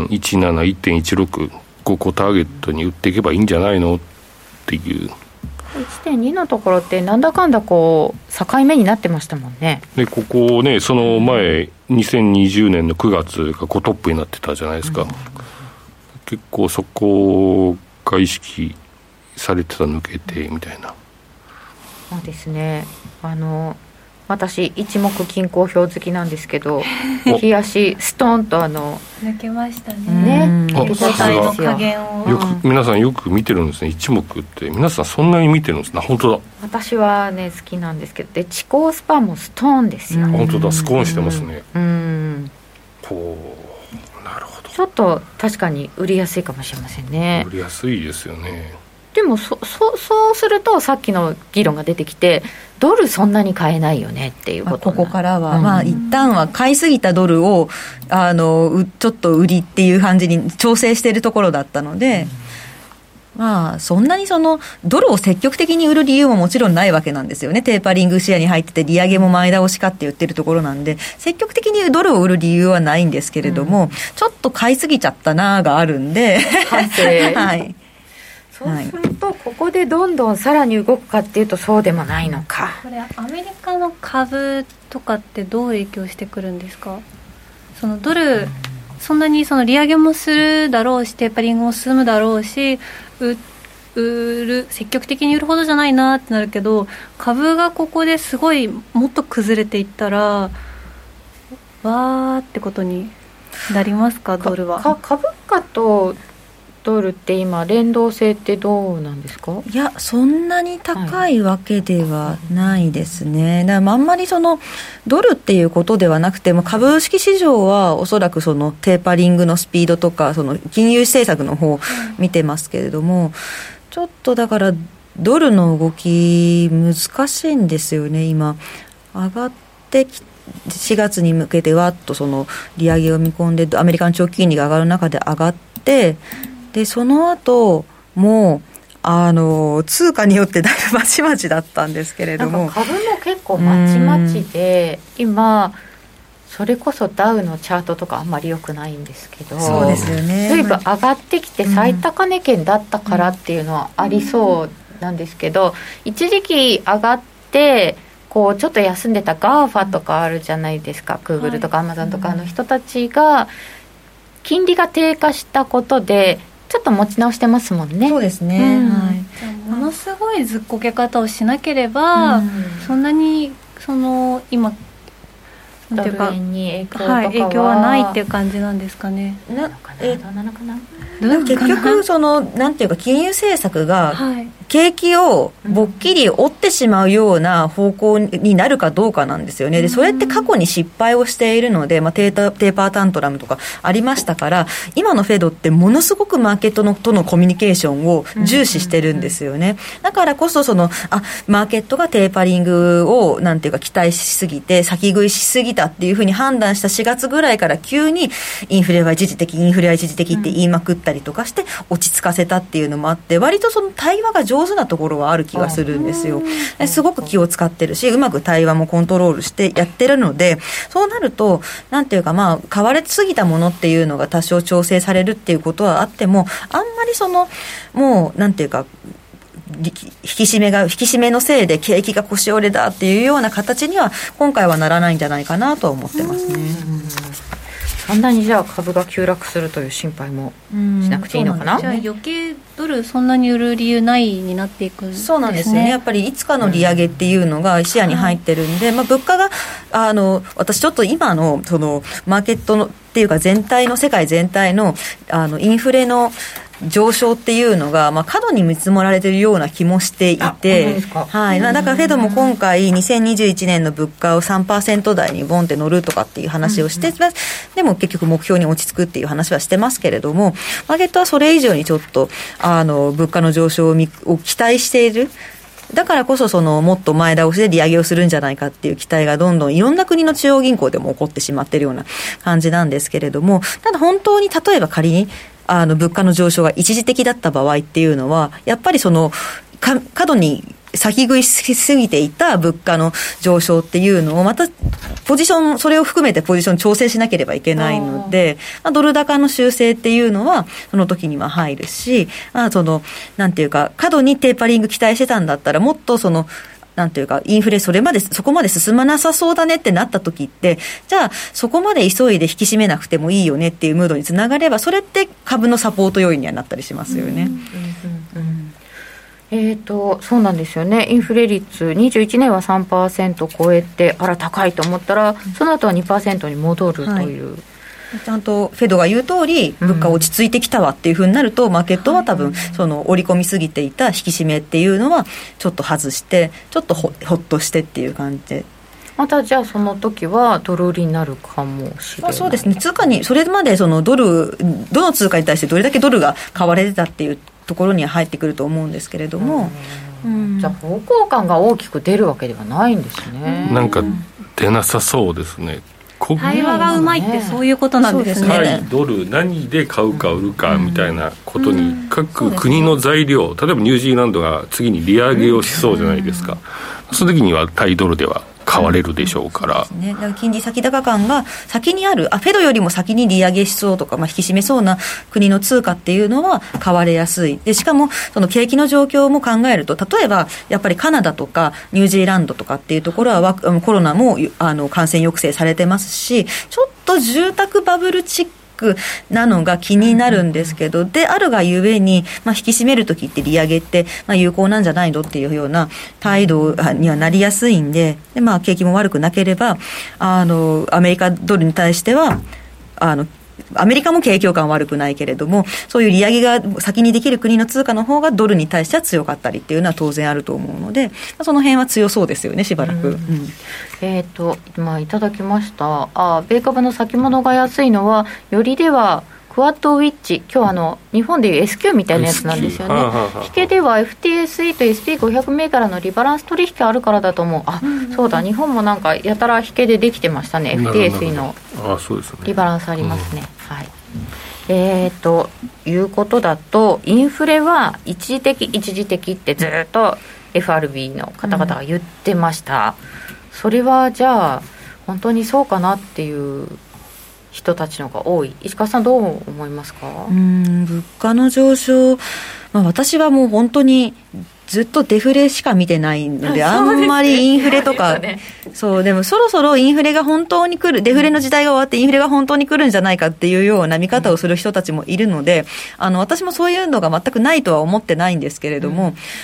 1.17 1.16 5個ターゲットに売っていけばいいんじゃないのっていう。 1.2 のところってなんだかんだこう境目になってましたもんね。 でここね、その前2020年の9月がトップになってたじゃないですか、結構そこが意識されてた、抜けてみたいな。 そうですね、私一目均衡表好きなんですけど、日足ストンと抜けましたね。 状態の加減を皆さんよく見てるんですね。一目って皆さんそんなに見てるんですね。本当だ。 私はね好きなんですけど、で地高スパもストーンですよ。 本当だ、スコーンしてますね。 こうなるほど。ちょっと確かに売りやすいかもしれませんね。 売りやすいですよね。 でもそうするとさっきの議論が出てきて、ドルそんなに買えないよねっていうこと。 ここからは、一旦は買いすぎたドルをちょっと売りっていう感じに調整しているところだったので、そんなにドルを積極的に売る理由ももちろんないわけなんですよね。テーパリング視野に入ってて利上げも前倒しかって言ってるところなんで、積極的にドルを売る理由はないんですけれども、ちょっと買いすぎちゃったながあるんで反省はい。そうするとここでどんどんさらに動くかっていうとそうでもないのか。 これアメリカの株とかってどう影響してくるんですか。そのドル、そんなに利上げもするだろうし、テーパリングも進むだろうし、積極的に売るほどじゃないなってなるけど、株がここですごいもっと崩れていったらわーってことになりますか。ドルは株価とドルって今連動性ってどうなんですか。 いや、そんなに高いわけではないですね。だからあんまりドルっていうことではなくても、株式市場はおそらくテーパリングのスピードとか金融政策の方を見てますけれども、ちょっとだからドルの動き難しいんですよね。今上がってきて4月に向けてわっと利上げを見込んでアメリカの長期金利が上がる中で上がって、でその後もう通貨によってだいぶまちまちだったんですけれども、 なんか株も結構まちまちで、今それこそダウのチャートとかあんまり良くないんですけど、 そうですよね。 随分上がってきて最高値圏だったからっていうのはありそうなんですけど、一時期上がってこうちょっと休んでたガーファとかあるじゃないですか、グーグルとかアマゾンとかの人たちが金利が低下したことでちょっと持ち直してますもんね。 そうですね、 ものすごいずっこけ方をしなければ、そんなに今ドル円に影響とかは、 はい、影響はないっていう感じなんですかね。 どうなのかな。 結局そのなんていうか金融政策が景気をぼっきり折ってしまうような方向になるかどうかなんですよね。でそれって過去に失敗をしているので、テーパータントラムとかありましたから、今のフェドってものすごくマーケットとのコミュニケーションを重視してるんですよね。だからこそマーケットがテーパリングをなんていうか期待しすぎて先食いしすぎたっていうふうに判断した4月ぐらいから急にインフレは一時的って言いまくったりとかして落ち着かせたっていうのもあって、割とその対話が上手なところはある気がするんですよ。すごく気を使ってるし、うまく対話もコントロールしてやってるので、そうなるとなんていうか買われすぎたものっていうのが多少調整されるっていうことはあっても、あんまりもうなんていうか引き締めのせいで景気が腰折れだっていうような形には今回はならないんじゃないかなと思ってますね。 そんなにじゃあ株が急落するという心配もしなくていいのかな。 じゃあ余計ドルそんなに売る理由ないになっていくんですね。 そうなんですよね。やっぱりいつかの利上げっていうのが視野に入ってるんで、物価が私ちょっと今のそのマーケットのっていうか世界全体のインフレの上昇っていうのが、過度に見積もられているような気もしていて、はい、だからフェドも今回2021年の物価を 3% 台にボンって乗るとかっていう話をして、でも結局目標に落ち着くっていう話はしてますけれども、マーケットはそれ以上にちょっと物価の上昇を期待している。だからこそもっと前倒しで利上げをするんじゃないかっていう期待がどんどんいろんな国の中央銀行でも起こってしまっているような感じなんですけれども、ただ本当に例えば仮に物価の上昇が一時的だった場合っていうのは、やっぱり過度に先食いしすぎていた物価の上昇っていうのをまたそれを含めてポジション調整しなければいけないので、ドル高の修正っていうのはその時には入るし、なんていうか過度にテーパリング期待してたんだったら、もっとなんていうかインフレそこまで進まなさそうだねってなった時って、じゃあそこまで急いで引き締めなくてもいいよねっていうムードにつながれば、それって株のサポート要因にはなったりしますよね。 そうなんですよね。インフレ率21年は 3% 超えて、高いと思ったらその後は 2% に戻るという、 ちゃんとフェドが言う通り物価落ち着いてきたわっていう風になると、マーケットは多分織り込みすぎていた引き締めっていうのはちょっと外して、ちょっとほっとしてっていう感じで、 またじゃあその時はドル売りになるかもしれない。 そうですね。通貨にそれまでどの通貨に対してどれだけドルが買われてたっていうところには入ってくると思うんですけれども、 じゃあ方向感が大きく出るわけではないんですね。 なんか出なさそうですね。 対話がうまいってそういうことなんですね。 対ドル何で買うか売るかみたいなことに、各国の材料、例えばニュージーランドが次に利上げをしそうじゃないですか。その時には対ドルでは買われるでしょうから、 そうですね。だから金利先高感が先にある、フェドよりも先に利上げしそうとか、引き締めそうな国の通貨っていうのは買われやすい。でしかもその景気の状況も考えると、例えばやっぱりカナダとかニュージーランドとかっていうところはコロナも感染抑制されてますし、ちょっと住宅バブルチックなのが気になるんですけど、であるがゆえに、引き締めるときって利上げって、有効なんじゃないのっていうような態度にはなりやすいんで、景気も悪くなければアメリカドルに対してはアメリカも景況感悪くないけれども、そういう利上げが先にできる国の通貨の方がドルに対しては強かったりっていうのは当然あると思うので、その辺は強そうですよね、しばらく。 いただきました。米株の先物が安いのはよりではクワッドウィッチ、今日日本でいう S q みたいなやつなんですよね。引けでは FTSE と SP500 銘柄のリバランス取引あるからだと思う。そうだ、日本もなんかやたら引けでできてましたね。 FTSE のリバランスありますね。はい。ということだと、インフレは一時的ってずっと FRB の方々が言ってました。それはじゃあ本当にそうかなっていう人たちのが多い。石川さんどう思いますか？ 物価の上昇、私はもう本当にずっとデフレしか見てないので、あんまりインフレとか、でもそろそろインフレが本当に来る、デフレの時代が終わってインフレが本当に来るんじゃないかっていうような見方をする人たちもいるので、私もそういうのが全くないとは思ってないんですけれども、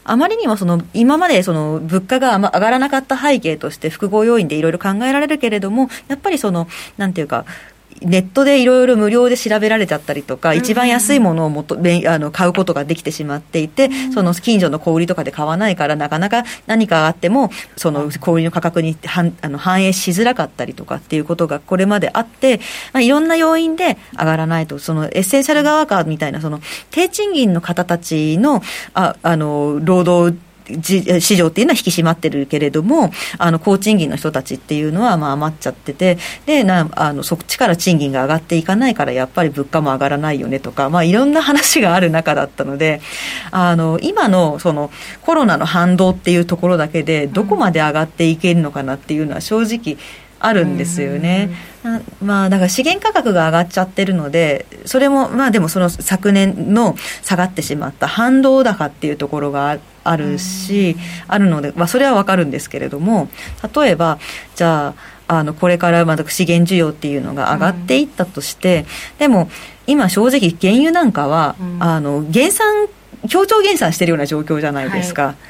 あまりにも今まで物価が上がらなかった背景として複合要因でいろいろ考えられるけれども、やっぱりなんていうか、ネットでいろいろ無料で調べられちゃったりとか、一番安いものを買うことができてしまっていて、近所の小売りとかで買わないから、なかなか何かあっても小売りの価格に反映しづらかったりとかっていうことがこれまであって、いろんな要因で上がらないと、エッセンシャルワーカーみたいな低賃金の方たちの労働市場っていうのは引き締まってるけれども、高賃金の人たちっていうのは余っちゃってて、でそっちから賃金が上がっていかないからやっぱり物価も上がらないよねとか、いろんな話がある中だったので、今のコロナの反動っていうところだけでどこまで上がっていけるのかなっていうのは正直あるんですよね。だから資源価格が上がっちゃってるので、それもでも昨年の下がってしまった反動高っていうところがあるし、あるので、それはわかるんですけれども、例えばじゃあこれから資源需要っていうのが上がっていったとして、でも今正直原油なんかは、協調減産してるような状況じゃないですか。はい、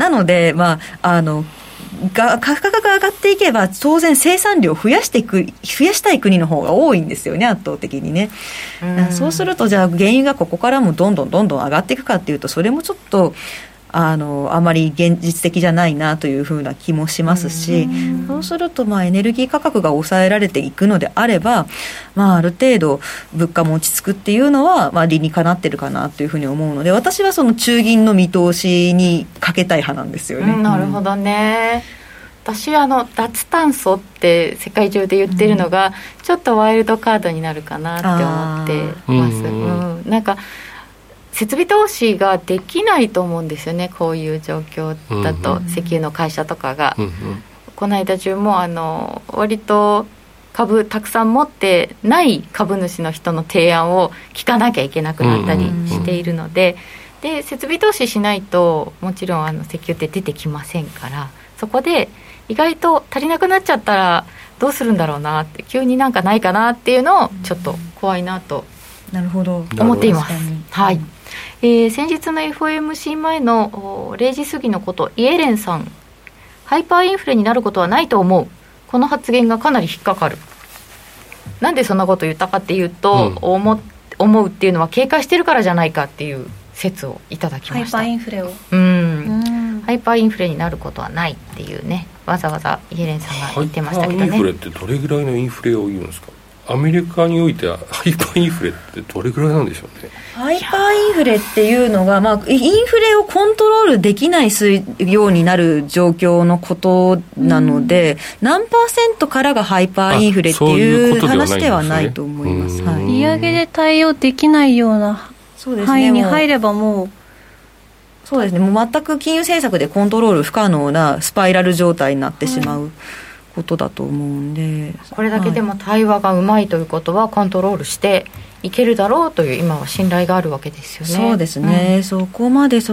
なので価格が上がっていけば当然生産量を増やしたい国の方が多いんですよね、圧倒的にね。そうするとじゃあ原油がここからもどんどん上がっていくかっていうと、それもちょっとあまり現実的じゃないなというふうな気もしますし、そうするとエネルギー価格が抑えられていくのであれば、ある程度物価も落ち着くっていうのは理にかなってるかなというふうに思うので、私は中銀の見通しにかけたい派なんですよね。 なるほどね。私脱炭素って世界中で言ってるのが、ちょっとワイルドカードになるかなって思ってます。なんか設備投資ができないと思うんですよね、こういう状況だと。石油の会社とかが、この間中も割と株たくさん持ってない株主の人の提案を聞かなきゃいけなくなったりしているので、で設備投資しないともちろん石油って出てきませんから、そこで意外と足りなくなっちゃったらどうするんだろうなって、急になんかないかなっていうのをちょっと怖いなと思っています。はい。先日の FOMC 前の0時過ぎのこと、イエレンさん、ハイパーインフレになることはないと思う、この発言がかなり引っかかる。なんでそんなこと言ったかっていうと、思うっていうのは警戒してるからじゃないかっていう説をいただきました。 ハイパーインフレをハイパーインフレになることはないっていうね、わざわざイエレンさんが言ってましたけどね。 ハイパーインフレってどれぐらいのインフレを言うんですか？アメリカにおいてはハイパーインフレってどれぐらいなんでしょうね。 ハイパーインフレっていうのが、インフレをコントロールできないようになる状況のことなので、何パーセントからがハイパーインフレっていう話ではないと思います。 利上げで対応できないような範囲に入ればもうそうですね、もう全く金融政策でコントロール不可能なスパイラル状態になってしまうことだと思うんで、 これだけでも対話がうまいということはコントロールしていけるだろうという今は信頼があるわけですよね。 そうですね、そこまで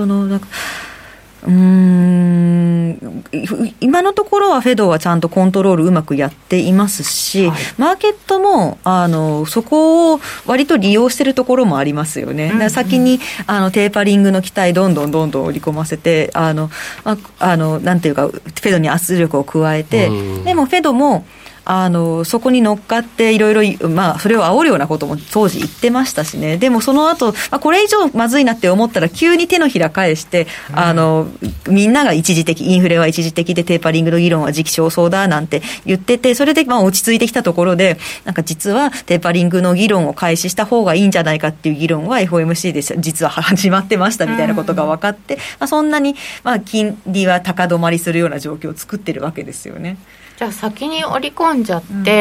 今のところはフェドはちゃんとコントロールうまくやっていますし、マーケットもそこを割と利用しているところもありますよね。先にテーパリングの期待どんどん織り込ませてなんていうかフェドに圧力を加えて、でもフェドもそこに乗っかっていろいろそれを煽るようなことも当時言ってましたしね。でもその後、これ以上まずいなって思ったら急に手のひら返して、みんながインフレは一時的でテーパリングの議論は時期尚早だなんて言ってて、それで落ち着いてきたところで、実はテーパリングの議論を開始した方がいいんじゃないかっていう議論は FOMC で実は始まってましたみたいなことが分かって、そんなに金利は高止まりするような状況を作ってるわけですよね。 じゃあ先に織り込んじゃって、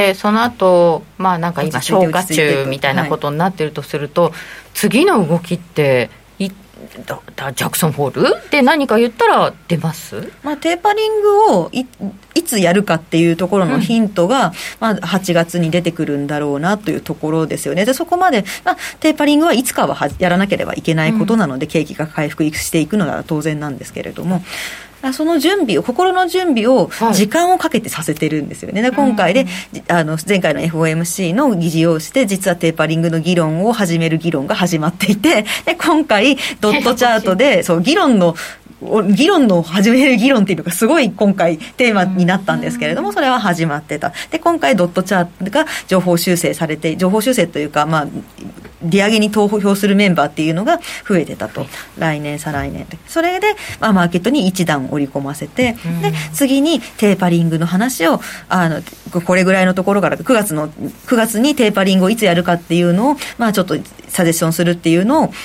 その後なんか今消化中みたいなことになってるとすると、次の動きってジャクソンホールで何か言ったら出ます？ テーパリングをいつやるかっていうところのヒントが、8月に出てくるんだろうなというところですよね。でそこまで、テーパリングはいつかはやらなければいけないことなので、景気が回復していくのは当然なんですけれども、その心の準備を時間をかけてさせてるんですよね。で今回で前回の FOMC の議事をして実はテーパリングの議論を始める議論が始まっていて、で今回ドットチャートで議論の議論の始める議論っていうのがすごい今回テーマになったんですけれども、それは始まってた。で今回ドットチャートが情報修正されて、情報修正というか、利上げに投票するメンバーっていうのが増えてたと、来年再来年で、それで、マーケットに一段織り込ませて、で次にテーパリングの話をこれぐらいのところから9月にテーパリングをいつやるかっていうのを、ちょっとサジェッションするっていうのを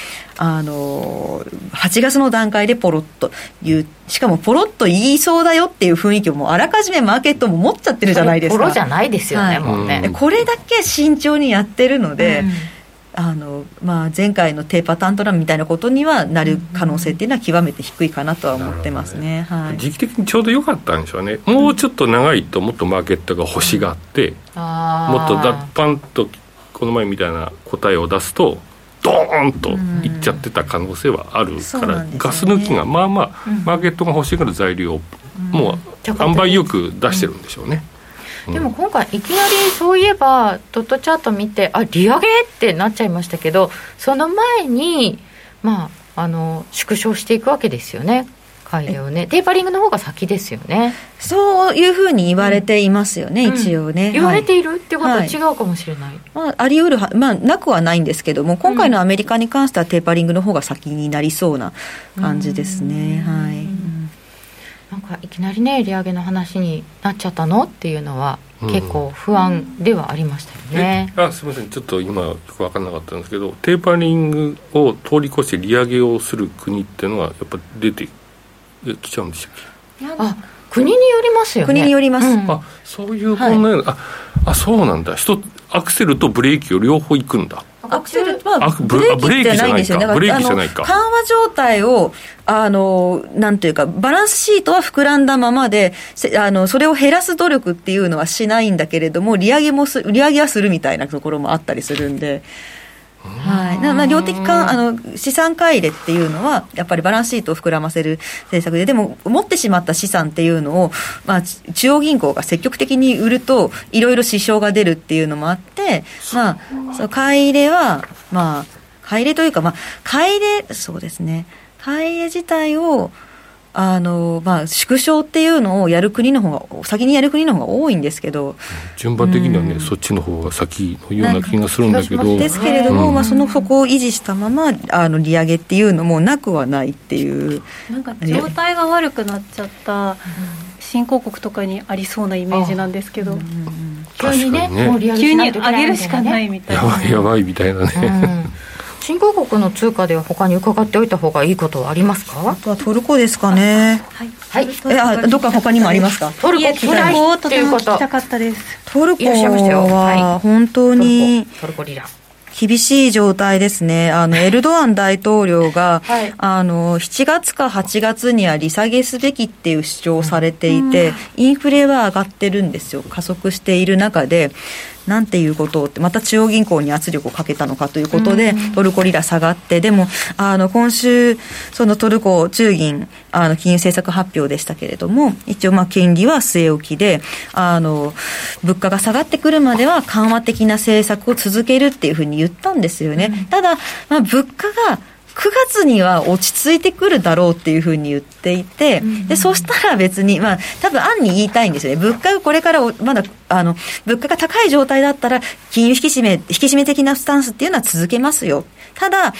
8月の段階でポロッと言う、しかもポロッと言いそうだよっていう雰囲気をもうあらかじめマーケットも持っちゃってるじゃないですか。 ポロじゃないですよね、もうね。 これだけ慎重にやってるので、前回のテーパータントラムみたいなことにはなる可能性っていうのは極めて低いかなとは思ってますね。 時期的にちょうど良かったんでしょうね。もうちょっと長いともっとマーケットが欲しがって、もっとパンとこの前みたいな答えを出すとドーンといっちゃってた可能性はあるから、ガス抜きがマーケットが欲しがる材料をもう塩梅よく出してるんでしょうね。 でも今回いきなりそういえばドットチャート見て利上げってなっちゃいましたけど、その前に縮小していくわけですよね、買い入れをね。テーパリングの方が先ですよね。 そういうふうに言われていますよね、一応ね。 言われているってことは違うかもしれない。 あり得るなくはないんですけども、今回のアメリカに関してはテーパリングの方が先になりそうな感じですね。 なんかいきなりね利上げの話になっちゃったのっていうのは結構不安ではありましたよね。 すみません、ちょっと今よく分からなかったんですけど、テーパリングを通り越して利上げをする国っていうのはやっぱ出てきちゃうんでしたっけ？ 国によりますよね。 国によります、 そういう問題、そうなんだ。アクセルとブレーキを両方行くんだ。 アクセルはブレーキじゃないんですよね。 ブレーキじゃないか。 緩和状態をなんというかバランスシートは膨らんだままでそれを減らす努力っていうのはしないんだけれども、利上げはするみたいなところもあったりするんで、量的資産買い入れっていうのはやっぱりバランスシートを膨らませる政策で、でも持ってしまった資産っていうのを、中央銀行が積極的に売るといろいろ支障が出るっていうのもあって、その買い入れは買い入れというか、買い入れそうですね、買い入れ自体を縮小っていうのをやる国の方が先にやる国の方が多いんですけど、 順番的にはね、そっちの方が先のような気がするんだけど、 ですけれども、そこを維持したまま利上げっていうのもなくはないっていう、 なんか状態が悪くなっちゃった新興国とかにありそうなイメージなんですけど、 急にね、もう利上げ急にしないといけない上げるしかないみたいな、 やばいみたいなね、 新興国の通貨では他に伺っておいた方がいいことはありますか？ あとはトルコですかね。どっか他にもありますか？ トルコ聞きたいっていうこと。 聞きたかったです。 トルコは本当にトルコリラ厳しい状態ですね。エルドアン大統領が、7月か8月には利下げすべきっていう主張をされていて、インフレは上がってるんですよ。加速している中で、なんていうことをってまた中央銀行に圧力をかけたのかということで、トルコリラ下がって、でも今週そのトルコ中銀金融政策発表でしたけれども、一応金利は据え置きで物価が下がってくるまでは緩和的な政策を続けるっていうふうに言ったんですよね。ただ、物価が9月には落ち着いてくるだろうっていうふうに言っていて、でそしたら別に多分案に言いたいんですよね。物価がこれからまだ物価が高い状態だったら金融引き締め的なスタンスっていうのは続けますよ。ただ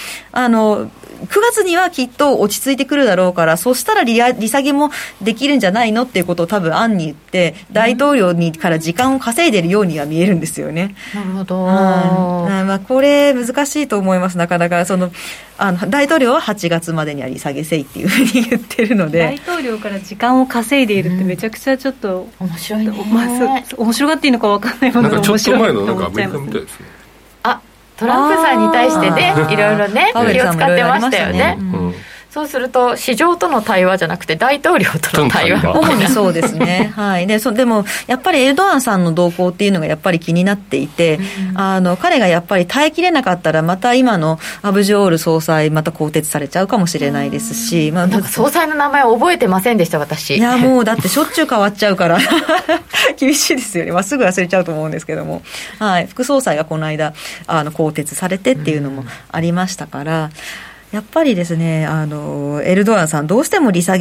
9月にはきっと落ち着いてくるだろうから、そしたら利下げもできるんじゃないのっていうことを多分案に言って大統領にから時間を稼いでるようには見えるんですよね。 なるほど。 これ難しいと思います。なかなか大統領は8月までには利下げせいっていうふうに言ってるので、 大統領から時間を稼いでいるってめちゃくちゃちょっと、 面白いね。 面白がっていいのか分かんないものが面白いと思っちゃいます。 アメリカみたいですね。 トランプさんに対してね、いろいろね気を使ってましたよね。そうすると市場との対話じゃなくて大統領との対話、 主にそうですね。でもやっぱりエルドアンさんの動向っていうのがやっぱり気になっていて、彼がやっぱり耐えきれなかったらまた今のアブジョール総裁また更迭されちゃうかもしれないですし、 なんか総裁の名前覚えてませんでした私。 いやもうだってしょっちゅう変わっちゃうから厳しいですよね。すぐ忘れちゃうと思うんですけども、副総裁がこの間更迭されてっていうのもありましたから、 やっぱりですね、エルドアンさんどうしても利上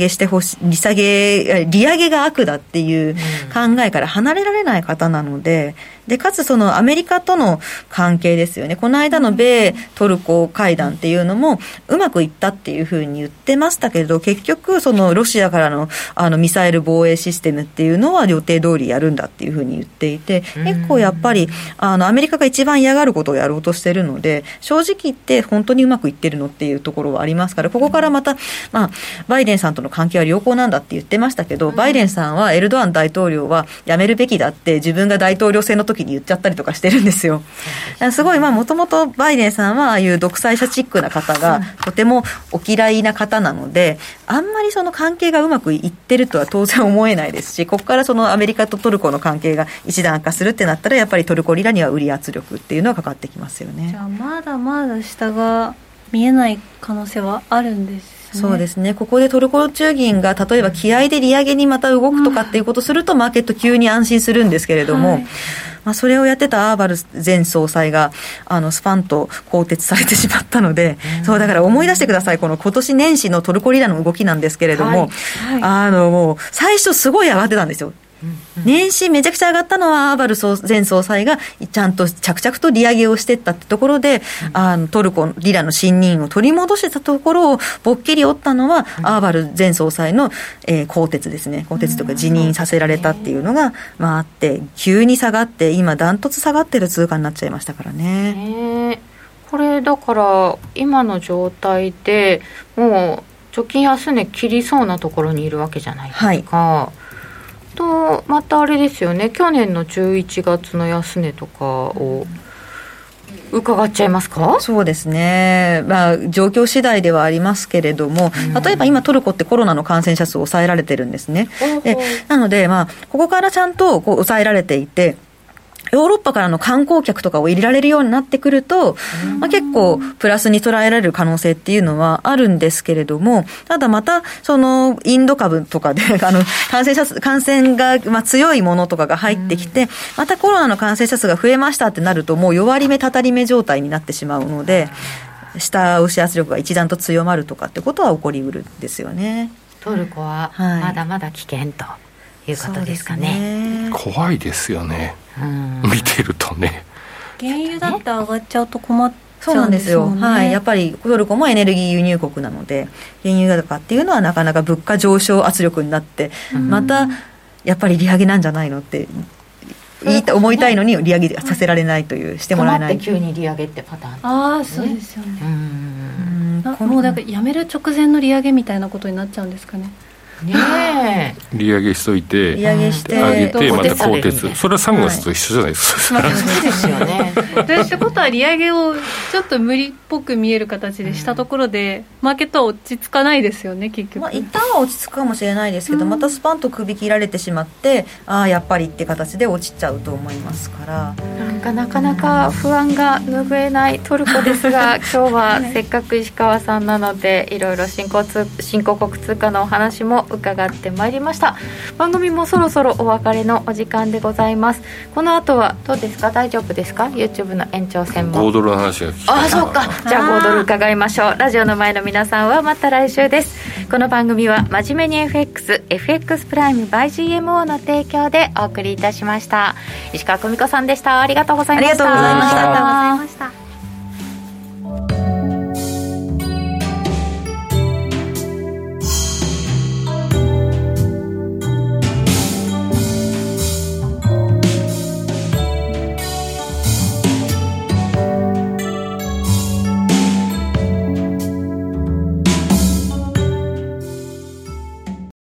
げが悪だっていう考えから離れられない方なので、でかつそのアメリカとの関係ですよね。この間の米トルコ会談っていうのもうまくいったっていうふうに言ってましたけど、結局そのロシアからのミサイル防衛システムっていうのは予定通りやるんだっていうふうに言っていて、結構やっぱりアメリカが一番嫌がることをやろうとしてるので、正直言って本当にうまくいってるのっていうところはありますから、ここからまた、バイデンさんとの関係は良好なんだって言ってましたけど、バイデンさんはエルドアン大統領は辞めるべきだって自分が大統領選の時に言っちゃったりとかしてるんですよ。すごいもともとバイデンさんはああいう独裁者チックな方がとてもお嫌いな方なので、あんまりその関係がうまくいってるとは当然思えないですし、ここからそのアメリカとトルコの関係が一段化するってなったら、やっぱりトルコリラには売り圧力っていうのはかかってきますよね。 じゃあまだまだ下が見えない可能性はあるんですね。 そうですね。ここでトルコ中銀が例えば気合で利上げにまた動くとかっていうことをすると、マーケット急に安心するんですけれども、それをやってたアーバル前総裁がスパンと更迭されてしまったので、そうだから思い出してください。この今年年始のトルコリラの動きなんですけれども、もう最初すごい上がってたんですよ。年始めちゃくちゃ上がったのはアーバル前総裁がちゃんと着々と利上げをしていったってところで、トルコリラの信任を取り戻してたところをぼっきり折ったのは、アーバル前総裁の、更迭ですね。更迭とか辞任させられたっていうのが、あって急に下がって、今ダントツ下がってる通貨になっちゃいましたからね。 これだから今の状態でもう貯金安値切りそうなところにいるわけじゃないですか。とまたあれですよね、去年の11月の安値とかを伺っちゃいますか？ そうですね、状況次第ではありますけれども、例えば今トルコってコロナの感染者数を抑えられてるんですね。でなので、ここからちゃんと抑えられていて、ヨーロッパからの観光客とかを入れられるようになってくると、結構プラスに捉えられる可能性っていうのはあるんですけれども、ただまたそのインド株とかで感染が強いものとかが入ってきて、またコロナの感染者数が増えましたってなると、もう弱り目たたり目状態になってしまうので、下押し圧力が一段と強まるとかってことは起こりうるんですよね。 トルコはまだまだ危険ということですかね。 怖いですよね、見てるとね。 原油だって上がっちゃうと困っちゃうんですよね。 そうなんですよ、やっぱりトルコもエネルギー輸入国なので、原油高っていうのはなかなか物価上昇圧力になって、またやっぱり利上げなんじゃないのって思いたいのに利上げさせられないという、してもらえない。 困って急に利上げってパターンですね。 そうですよね。もうだからやめる直前の利上げみたいなことになっちゃうんですかね。 利上げしといて、 利上げして上げてまた更迭、それは3月と一緒じゃないですか。 そうですよね。 ってことは利上げをちょっと無理っぽく見える形でしたところで、マーケットは落ち着かないですよね、結局。 一旦は落ち着くかもしれないですけど、またスパンと首切られてしまって、やっぱりって形で落ちちゃうと思いますから、 なかなか不安が拭えないトルコですが今日はせっかく石川さんなので、いろいろ新興国通貨のお話も伺ってまいりました。番組もそろそろお別れのお時間でございます。この後はどうですか、大丈夫ですか、 YouTube の延長戦も。 5ドルの話が聞きたい。 そうか、じゃあ5ドル伺いましょう。ラジオの前の皆さんはまた来週です。この番組は真面目に FX プライム by GMO の提供でお送りいたしました。石川久美子さんでした。ありがとうございました。 ありがとうございました。